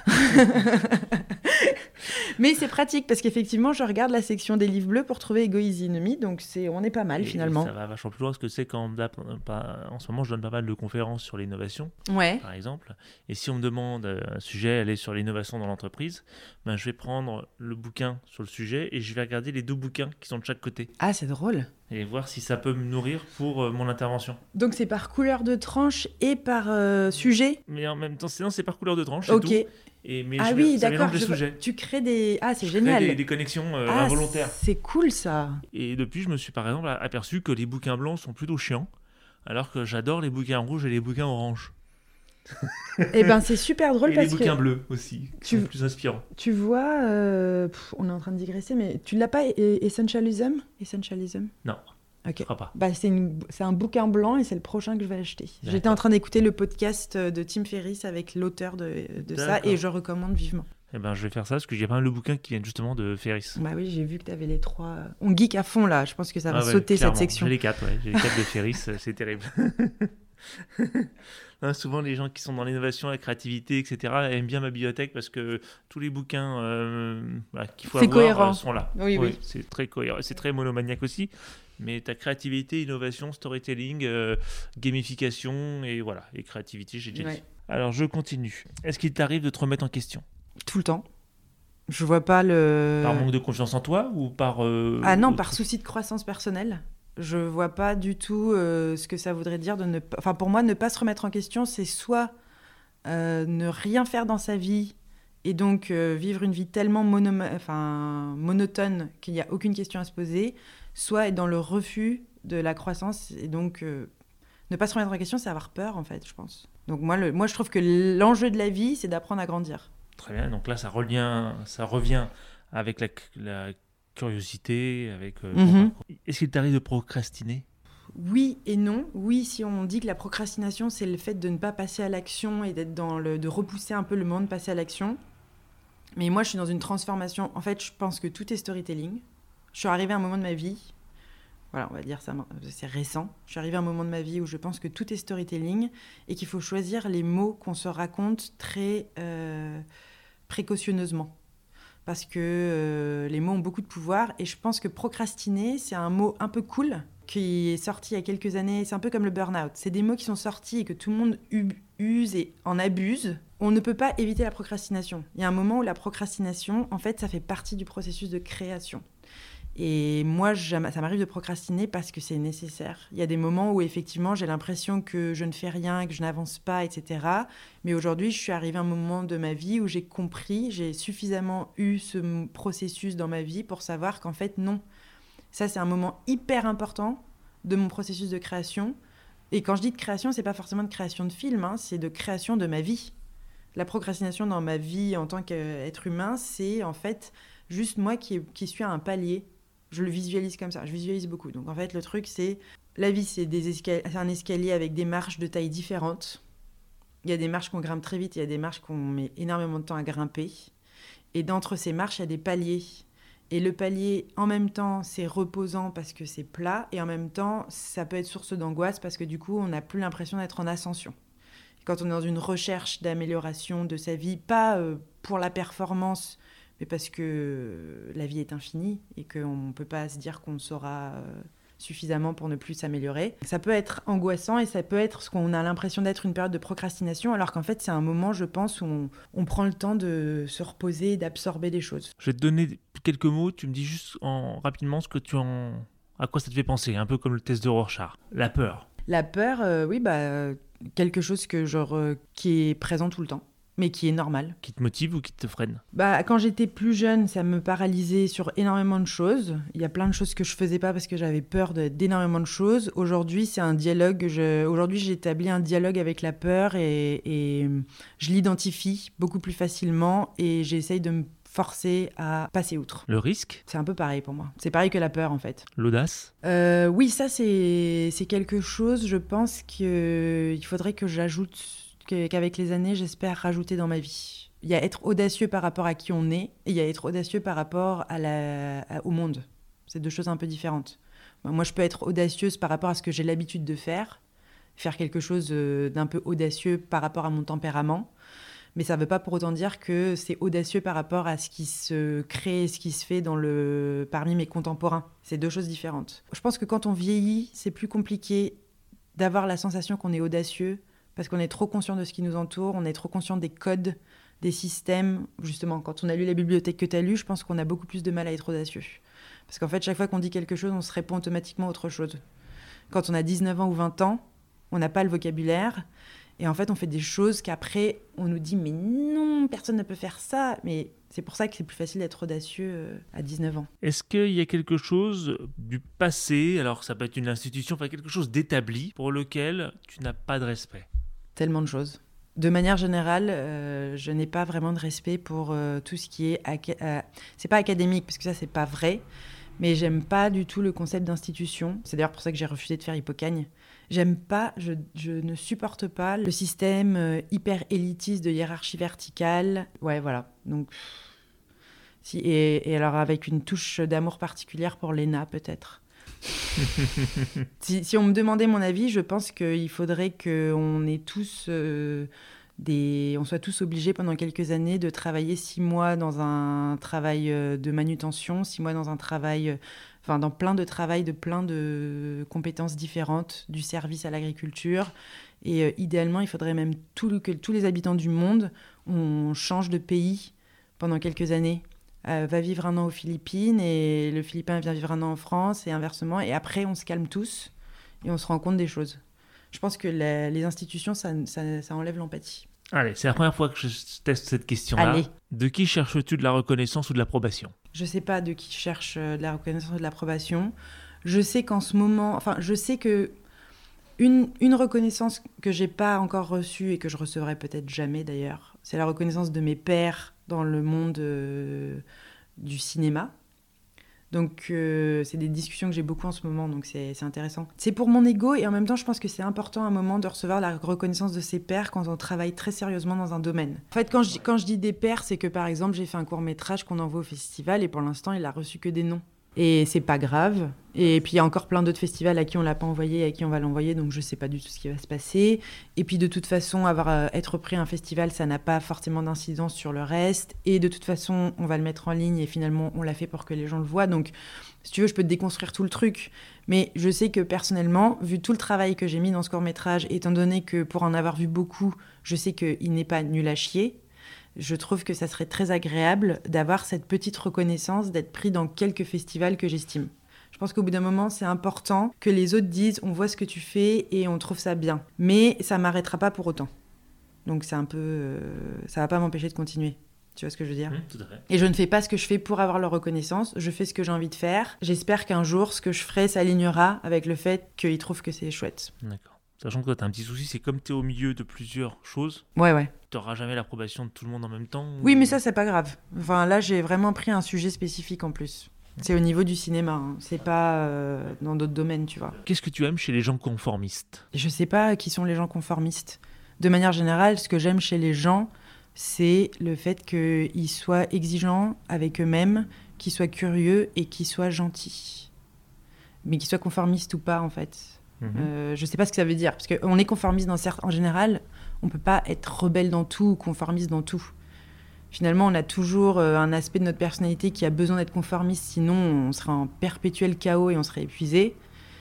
Mais c'est pratique parce qu'effectivement, je regarde la section des livres bleus pour trouver Ego is the Enemy. Donc on est pas mal finalement.
Ça va vachement plus loin parce que c'est quand en ce moment, je donne pas mal de conférences sur l'innovation, par exemple. Et si on me demande un sujet, aller sur l'innovation dans l'entreprise, ben, je vais prendre le bouquin sur le sujet et je vais regarder les 2 bouquins qui sont de chaque côté.
Ah, c'est drôle.
Et voir si ça peut me nourrir pour mon intervention.
Donc c'est par couleur de tranche et par sujet?
Mais en même temps, c'est par couleur de tranche,
ok.
c'est tout.
Oui, d'accord.
Des sujets.
Tu crées des... Ah, c'est génial.
Des connexions involontaires.
C'est cool, ça.
Et depuis, je me suis par exemple aperçu que les bouquins blancs sont plutôt chiants, alors que j'adore les bouquins rouges et les bouquins oranges.
Eh ben, c'est super drôle
et
parce
les bouquins bleus aussi, qui sont plus inspirants.
Tu vois, on est en train de digresser, mais tu l'as pas, Essentialism?
Non.
Ok.
Je crois pas.
Bah, c'est un bouquin blanc et c'est le prochain que je vais acheter.
D'accord.
J'étais en train d'écouter le podcast de Tim Ferriss avec l'auteur de ça et je recommande vivement.
Eh ben, je vais faire ça parce que j'ai pas mal de bouquins qui viennent justement de Ferriss.
Bah oui, j'ai vu que tu avais les 3. On geek à fond là, je pense que ça va sauter
clairement.
cette section.
J'ai les 4, J'ai les 4 de Ferriss, c'est terrible. Non, souvent, les gens qui sont dans l'innovation, la créativité, etc., aiment bien ma bibliothèque parce que tous les bouquins qu'il faut avoir sont là.
Oui.
C'est très cohérent. C'est très monomaniaque aussi. Mais ta créativité, innovation, storytelling, gamification et créativité, j'ai déjà dit. Alors, je continue. Est-ce qu'il t'arrive de te remettre en question?
Tout le temps. Je vois pas le...
Par manque de confiance en toi ou par...
Ah non, par souci de croissance personnelle. Je vois pas du tout ce que ça voudrait dire de ne pas... Enfin, pour moi, ne pas se remettre en question, c'est soit ne rien faire dans sa vie et donc vivre une vie tellement monotone qu'il n'y a aucune question à se poser, soit être dans le refus de la croissance et donc ne pas se remettre en question, c'est avoir peur, en fait, je pense. Donc moi, je trouve que l'enjeu de la vie, c'est d'apprendre à grandir.
Très bien, donc là, ça revient avec la curiosité, avec... Est-ce qu'il t'arrive de procrastiner?
Oui et non. Oui, si on dit que la procrastination, c'est le fait de ne pas passer à l'action et d'être de repousser un peu le moment de passer à l'action. Mais moi, je suis dans une transformation. En fait, je pense que tout est storytelling. Je suis arrivée à un moment de ma vie... Voilà, on va dire ça, c'est récent. Je suis arrivée à un moment de ma vie où je pense que tout est storytelling et qu'il faut choisir les mots qu'on se raconte très précautionneusement. Parce que les mots ont beaucoup de pouvoir et je pense que procrastiner, c'est un mot un peu cool qui est sorti il y a quelques années. C'est un peu comme le burn-out. C'est des mots qui sont sortis et que tout le monde use et en abuse. On ne peut pas éviter la procrastination. Il y a un moment où la procrastination, en fait, ça fait partie du processus de création. Et moi, ça m'arrive de procrastiner parce que c'est nécessaire. Il y a des moments où, effectivement, j'ai l'impression que je ne fais rien, que je n'avance pas, etc. Mais aujourd'hui, je suis arrivée à un moment de ma vie où j'ai compris, j'ai suffisamment eu ce processus dans ma vie pour savoir qu'en fait, non. Ça, c'est un moment hyper important de mon processus de création. Et quand je dis de création, c'est pas forcément de création de film, c'est de création de ma vie. La procrastination dans ma vie en tant qu'être humain, c'est en fait juste moi qui suis à un palier. Je le visualise comme ça, je visualise beaucoup. Donc en fait, le truc, c'est... La vie, c'est un escalier avec des marches de tailles différentes. Il y a des marches qu'on grimpe très vite, il y a des marches qu'on met énormément de temps à grimper. Et d'entre ces marches, il y a des paliers. Et le palier, en même temps, c'est reposant parce que c'est plat. Et en même temps, ça peut être source d'angoisse parce que du coup, on n'a plus l'impression d'être en ascension. Quand on est dans une recherche d'amélioration de sa vie, pas pour la performance... mais parce que la vie est infinie et qu'on ne peut pas se dire qu'on saura suffisamment pour ne plus s'améliorer. Ça peut être angoissant et ça peut être ce qu'on a l'impression d'être une période de procrastination, alors qu'en fait, c'est un moment, je pense, où on prend le temps de se reposer et d'absorber des choses.
Je vais te donner quelques mots, tu me dis juste rapidement à quoi ça te fait penser, un peu comme le test de Rorschach. La peur.
La peur, oui, quelque chose qui est présent tout le temps. mais qui est normal.
Qui te motive ou qui te freine?
Quand j'étais plus jeune, ça me paralysait sur énormément de choses. Il y a plein de choses que je faisais pas parce que j'avais peur d'énormément de choses. Aujourd'hui, c'est un dialogue. Aujourd'hui, j'ai établi un dialogue avec la peur et je l'identifie beaucoup plus facilement et j'essaye de me forcer à passer outre.
Le risque?
C'est un peu pareil pour moi. C'est pareil que la peur, en fait.
L'audace?
Oui, ça, c'est quelque chose, je pense qu'il faudrait que j'ajoute, qu'avec les années, j'espère rajouter dans ma vie. Il y a être audacieux par rapport à qui on est et il y a être audacieux par rapport au monde. C'est deux choses un peu différentes. Moi, je peux être audacieuse par rapport à ce que j'ai l'habitude de faire quelque chose d'un peu audacieux par rapport à mon tempérament. Mais ça ne veut pas pour autant dire que c'est audacieux par rapport à ce qui se crée, ce qui se fait parmi mes contemporains. C'est deux choses différentes. Je pense que quand on vieillit, c'est plus compliqué d'avoir la sensation qu'on est audacieux parce qu'on est trop conscient de ce qui nous entoure, on est trop conscient des codes, des systèmes. Justement, quand on a lu la bibliothèque que tu as lue, je pense qu'on a beaucoup plus de mal à être audacieux. Parce qu'en fait, chaque fois qu'on dit quelque chose, on se répond automatiquement autre chose. Quand on a 19 ans ou 20 ans, on n'a pas le vocabulaire. Et en fait, on fait des choses qu'après, on nous dit « mais non, personne ne peut faire ça ». Mais c'est pour ça que c'est plus facile d'être audacieux à 19 ans.
Est-ce qu'il y a quelque chose du passé, alors ça peut être une institution, enfin quelque chose d'établi, pour lequel tu n'as pas de respect?
Tellement de choses. De manière générale, je n'ai pas vraiment de respect pour tout ce qui est... c'est pas académique, parce que ça, c'est pas vrai. Mais j'aime pas du tout le concept d'institution. C'est d'ailleurs pour ça que j'ai refusé de faire Hippocagne. J'aime pas, je ne supporte pas le système hyper élitiste de hiérarchie verticale. Ouais, voilà. Donc, et alors avec une touche d'amour particulière pour l'ENA, peut-être. Si on me demandait mon avis, je pense qu'il faudrait qu'on ait tous... on soit tous obligés pendant quelques années de travailler 6 mois dans un travail de manutention, 6 mois dans un travail, dans plein de travail, de plein de compétences différentes, du service à l'agriculture. Et idéalement, il faudrait même que tous les habitants du monde, on change de pays pendant quelques années. Va vivre un an aux Philippines et le Philippin vient vivre un an en France et inversement. Et après, on se calme tous et on se rend compte des choses. Je pense que les institutions, ça enlève l'empathie.
Allez, c'est la première fois que je teste cette question-là.
Allez.
De qui cherches-tu de la reconnaissance ou de l'approbation?
Je ne sais pas de qui cherche de la reconnaissance ou de l'approbation. Je sais qu'en ce moment... je sais que une reconnaissance que je n'ai pas encore reçue et que je recevrai peut-être jamais d'ailleurs, c'est la reconnaissance de mes pairs dans le monde du cinéma. Donc, c'est des discussions que j'ai beaucoup en ce moment, donc c'est intéressant. C'est pour mon ego et en même temps, je pense que c'est important à un moment de recevoir la reconnaissance de ses pairs quand on travaille très sérieusement dans un domaine. En fait, quand je dis des pairs, c'est que par exemple, j'ai fait un court-métrage qu'on envoie au festival et pour l'instant, il a reçu que des noms. Et c'est pas grave. Et puis il y a encore plein d'autres festivals à qui on l'a pas envoyé et à qui on va l'envoyer, donc je sais pas du tout ce qui va se passer. Et puis de toute façon, être pris à un festival, ça n'a pas forcément d'incidence sur le reste. Et de toute façon, on va le mettre en ligne et finalement, on l'a fait pour que les gens le voient. Donc, si tu veux, je peux te déconstruire tout le truc. Mais je sais que personnellement, vu tout le travail que j'ai mis dans ce court-métrage, étant donné que pour en avoir vu beaucoup, je sais qu'il n'est pas nul à chier. Je trouve que ça serait très agréable d'avoir cette petite reconnaissance, d'être pris dans quelques festivals que j'estime. Je pense qu'au bout d'un moment, c'est important que les autres disent « on voit ce que tu fais et on trouve ça bien ». Mais ça ne m'arrêtera pas pour autant. Donc c'est un peu... ça ne va pas m'empêcher de continuer. Tu vois ce que je veux dire ?
Tout à fait.
Et je ne fais pas ce que je fais pour avoir leur reconnaissance. Je fais ce que j'ai envie de faire. J'espère qu'un jour, ce que je ferai s'alignera avec le fait qu'ils trouvent que c'est chouette.
D'accord. Sachant que toi, tu as un petit souci, c'est comme tu es au milieu de plusieurs choses.
Ouais.
Tu n'auras jamais l'approbation de tout le monde en même temps.
Oui, mais ça, c'est pas grave. Là, j'ai vraiment pris un sujet spécifique en plus. C'est au niveau du cinéma, hein. C'est pas dans d'autres domaines, tu vois.
Qu'est-ce que tu aimes chez les gens conformistes ?
Je sais pas qui sont les gens conformistes. De manière générale, ce que j'aime chez les gens, c'est le fait qu'ils soient exigeants avec eux-mêmes, qu'ils soient curieux et qu'ils soient gentils. Mais qu'ils soient conformistes ou pas, en fait. Je sais pas ce que ça veut dire, parce qu'on est conformiste en général, on peut pas être rebelle dans tout ou conformiste dans tout. Finalement, on a toujours un aspect de notre personnalité qui a besoin d'être conformiste, sinon on serait en perpétuel chaos et on serait épuisé.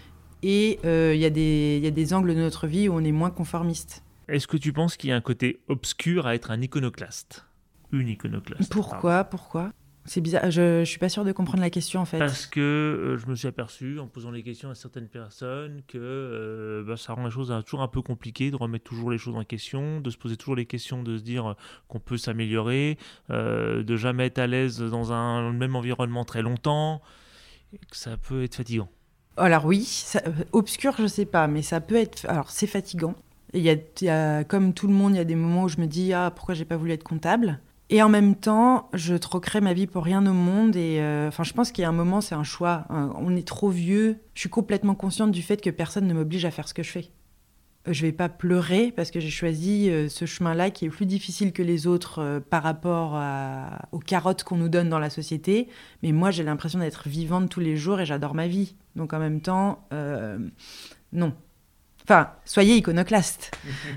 Et il y a des angles de notre vie où on est moins conformiste.
Est-ce que tu penses qu'il y a un côté obscur à être un iconoclaste ? Une iconoclaste.
Pourquoi ? C'est bizarre, je suis pas sûre de comprendre la question en fait.
Parce que je me suis aperçu en posant les questions à certaines personnes que ça rend les choses toujours un peu compliquées, de remettre toujours les choses en question, de se poser toujours les questions, de se dire qu'on peut s'améliorer, de jamais être à l'aise dans un même environnement très longtemps, et que ça peut être fatigant.
Alors oui, obscur je sais pas, mais ça peut être... Alors c'est fatigant. Il y a, comme tout le monde, il y a des moments où je me dis « Ah, pourquoi j'ai pas voulu être comptable ?» Et en même temps, je troquerais ma vie pour rien au monde. Et je pense qu'il y a un moment, c'est un choix. On est trop vieux. Je suis complètement consciente du fait que personne ne m'oblige à faire ce que je fais. Je vais pas pleurer parce que j'ai choisi ce chemin-là qui est plus difficile que les autres par rapport aux carottes qu'on nous donne dans la société. Mais moi, j'ai l'impression d'être vivante tous les jours et j'adore ma vie. Donc en même temps, non. Enfin, soyez iconoclaste.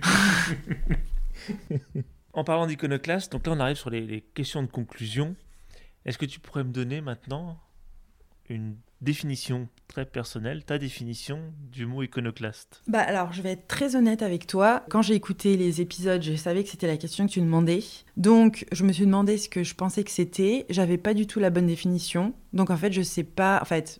En parlant d'iconoclaste, donc là on arrive sur les questions de conclusion. Est-ce que tu pourrais me donner maintenant une définition très personnelle, ta définition du mot iconoclaste?
Alors, je vais être très honnête avec toi. Quand j'ai écouté les épisodes, je savais que c'était la question que tu demandais. Donc, je me suis demandé ce que je pensais que c'était. J'avais pas du tout la bonne définition. Donc, en fait, je sais pas...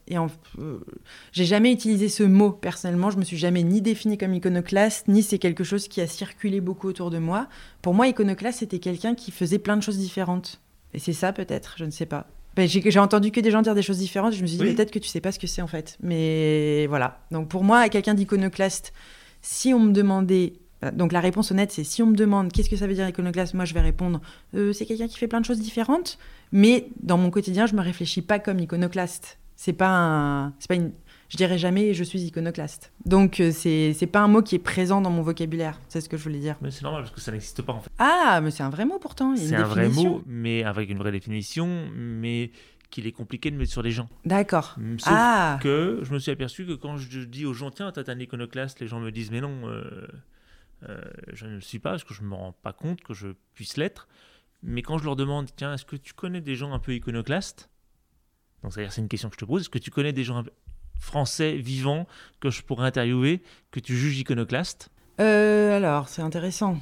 j'ai jamais utilisé ce mot, personnellement. Je me suis jamais ni définie comme iconoclaste, ni c'est quelque chose qui a circulé beaucoup autour de moi. Pour moi, iconoclaste, c'était quelqu'un qui faisait plein de choses différentes. Et c'est ça, peut-être, je ne sais pas. J'ai entendu que des gens dire des choses différentes et je me suis dit peut-être que tu sais pas ce que c'est en fait. Mais voilà. Donc pour moi, quelqu'un d'iconoclaste, si on me demandait... Donc la réponse honnête, c'est si on me demande qu'est-ce que ça veut dire iconoclaste, moi je vais répondre c'est quelqu'un qui fait plein de choses différentes. Mais dans mon quotidien, je me réfléchis pas comme iconoclaste. C'est pas une... Je dirais jamais je suis iconoclaste. Donc c'est pas un mot qui est présent dans mon vocabulaire. C'est ce que je voulais dire.
Mais c'est normal parce que ça n'existe pas en fait.
Ah, mais c'est un vrai mot pourtant. Il y a
c'est
une
un vrai
définition.
mot, mais avec une vraie définition, mais qu'il est compliqué de mettre sur les gens.
D'accord.
Sauf que je me suis aperçu que quand je dis aux gens tiens, t'es un iconoclaste, les gens me disent mais non, je ne le suis pas parce que je me rends pas compte que je puisse l'être. Mais quand je leur demande tiens, est-ce que tu connais des gens un peu iconoclastes? Donc c'est-à-dire c'est une question que je te pose. Est-ce que tu connais des gens français vivants que je pourrais interviewer, que tu juges iconoclastes?
Alors, c'est intéressant.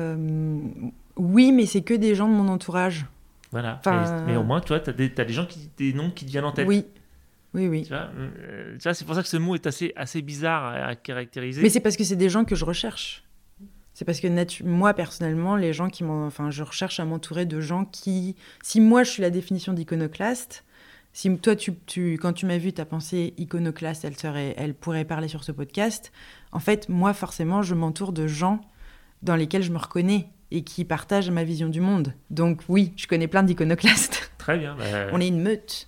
Oui, mais c'est que des gens de mon entourage.
Voilà. Mais au moins, tu vois, t'as des gens des noms qui te viennent en tête.
Oui.
Tu vois, c'est pour ça que ce mot est assez bizarre à caractériser.
Mais c'est parce que c'est des gens que je recherche. C'est parce que moi, personnellement, les gens je recherche à m'entourer de gens qui... Si moi, je suis la définition d'iconoclaste... Si toi, quand tu m'as vu, tu as pensé iconoclaste, elle pourrait parler sur ce podcast. En fait, moi, forcément, je m'entoure de gens dans lesquels je me reconnais et qui partagent ma vision du monde. Donc oui, je connais plein d'iconoclastes.
Très bien.
On est une meute.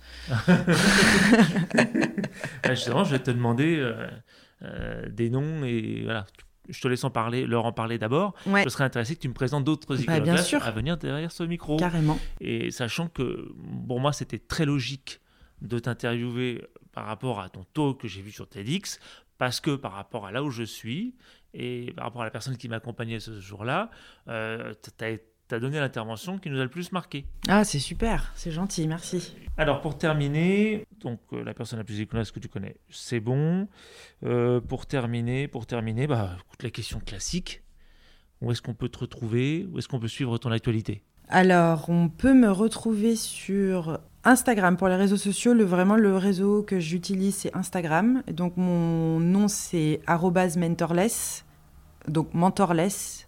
Justement, je vais te demander des noms et voilà. Je te laisse leur en parler d'abord.
Ouais.
Je serais intéressé que tu me présentes d'autres iconoclastes à venir derrière ce micro.
Carrément.
Et sachant que pour moi, c'était très logique de t'interviewer par rapport à ton talk que j'ai vu sur TEDx, parce que par rapport à là où je suis et par rapport à la personne qui m'accompagnait ce jour-là, t'as donné l'intervention qui nous a le plus marqué.
Ah, c'est super, c'est gentil, merci.
Alors, pour terminer, donc la personne la plus iconoclaste que tu connais, c'est bon. Pour terminer, écoute la question classique. Où est-ce qu'on peut te retrouver? Où est-ce qu'on peut suivre ton actualité?
Alors, on peut me retrouver sur Instagram pour les réseaux sociaux. Vraiment, le réseau que j'utilise, c'est Instagram. Et donc, mon nom, c'est @mentorless. Donc, mentorless.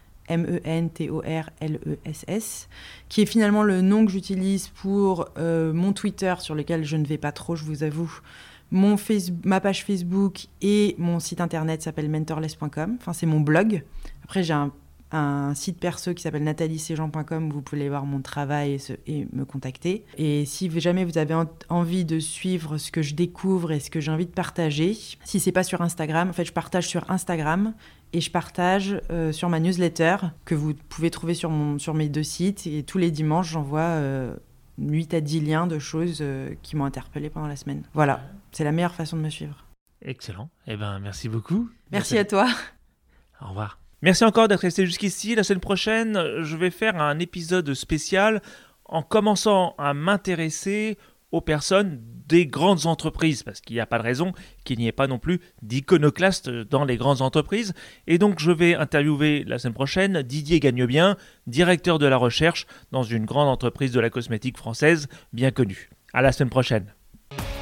mentorless, qui est finalement le nom que j'utilise pour mon Twitter, sur lequel je ne vais pas trop, je vous avoue. Ma page Facebook et mon site internet s'appelle mentorless.com. Enfin, c'est mon blog. Après, j'ai un site perso qui s'appelle nathaliesejean.com où vous pouvez voir mon travail et me contacter. Et si jamais vous avez envie de suivre ce que je découvre et ce que j'ai envie de partager, si c'est pas sur Instagram, en fait, je partage sur Instagram et je partage sur ma newsletter que vous pouvez trouver sur mes 2 sites. Et tous les dimanches, j'envoie 8 à 10 liens de choses qui m'ont interpellée pendant la semaine. Voilà, c'est la meilleure façon de me suivre.
Excellent. Eh ben, merci beaucoup.
Merci à toi.
Au revoir. Merci encore d'être resté jusqu'ici. La semaine prochaine, je vais faire un épisode spécial en commençant à m'intéresser aux personnes des grandes entreprises, parce qu'il n'y a pas de raison qu'il n'y ait pas non plus d'iconoclastes dans les grandes entreprises. Et donc je vais interviewer la semaine prochaine Didier Gagnebien, directeur de la recherche dans une grande entreprise de la cosmétique française bien connue. À la semaine prochaine.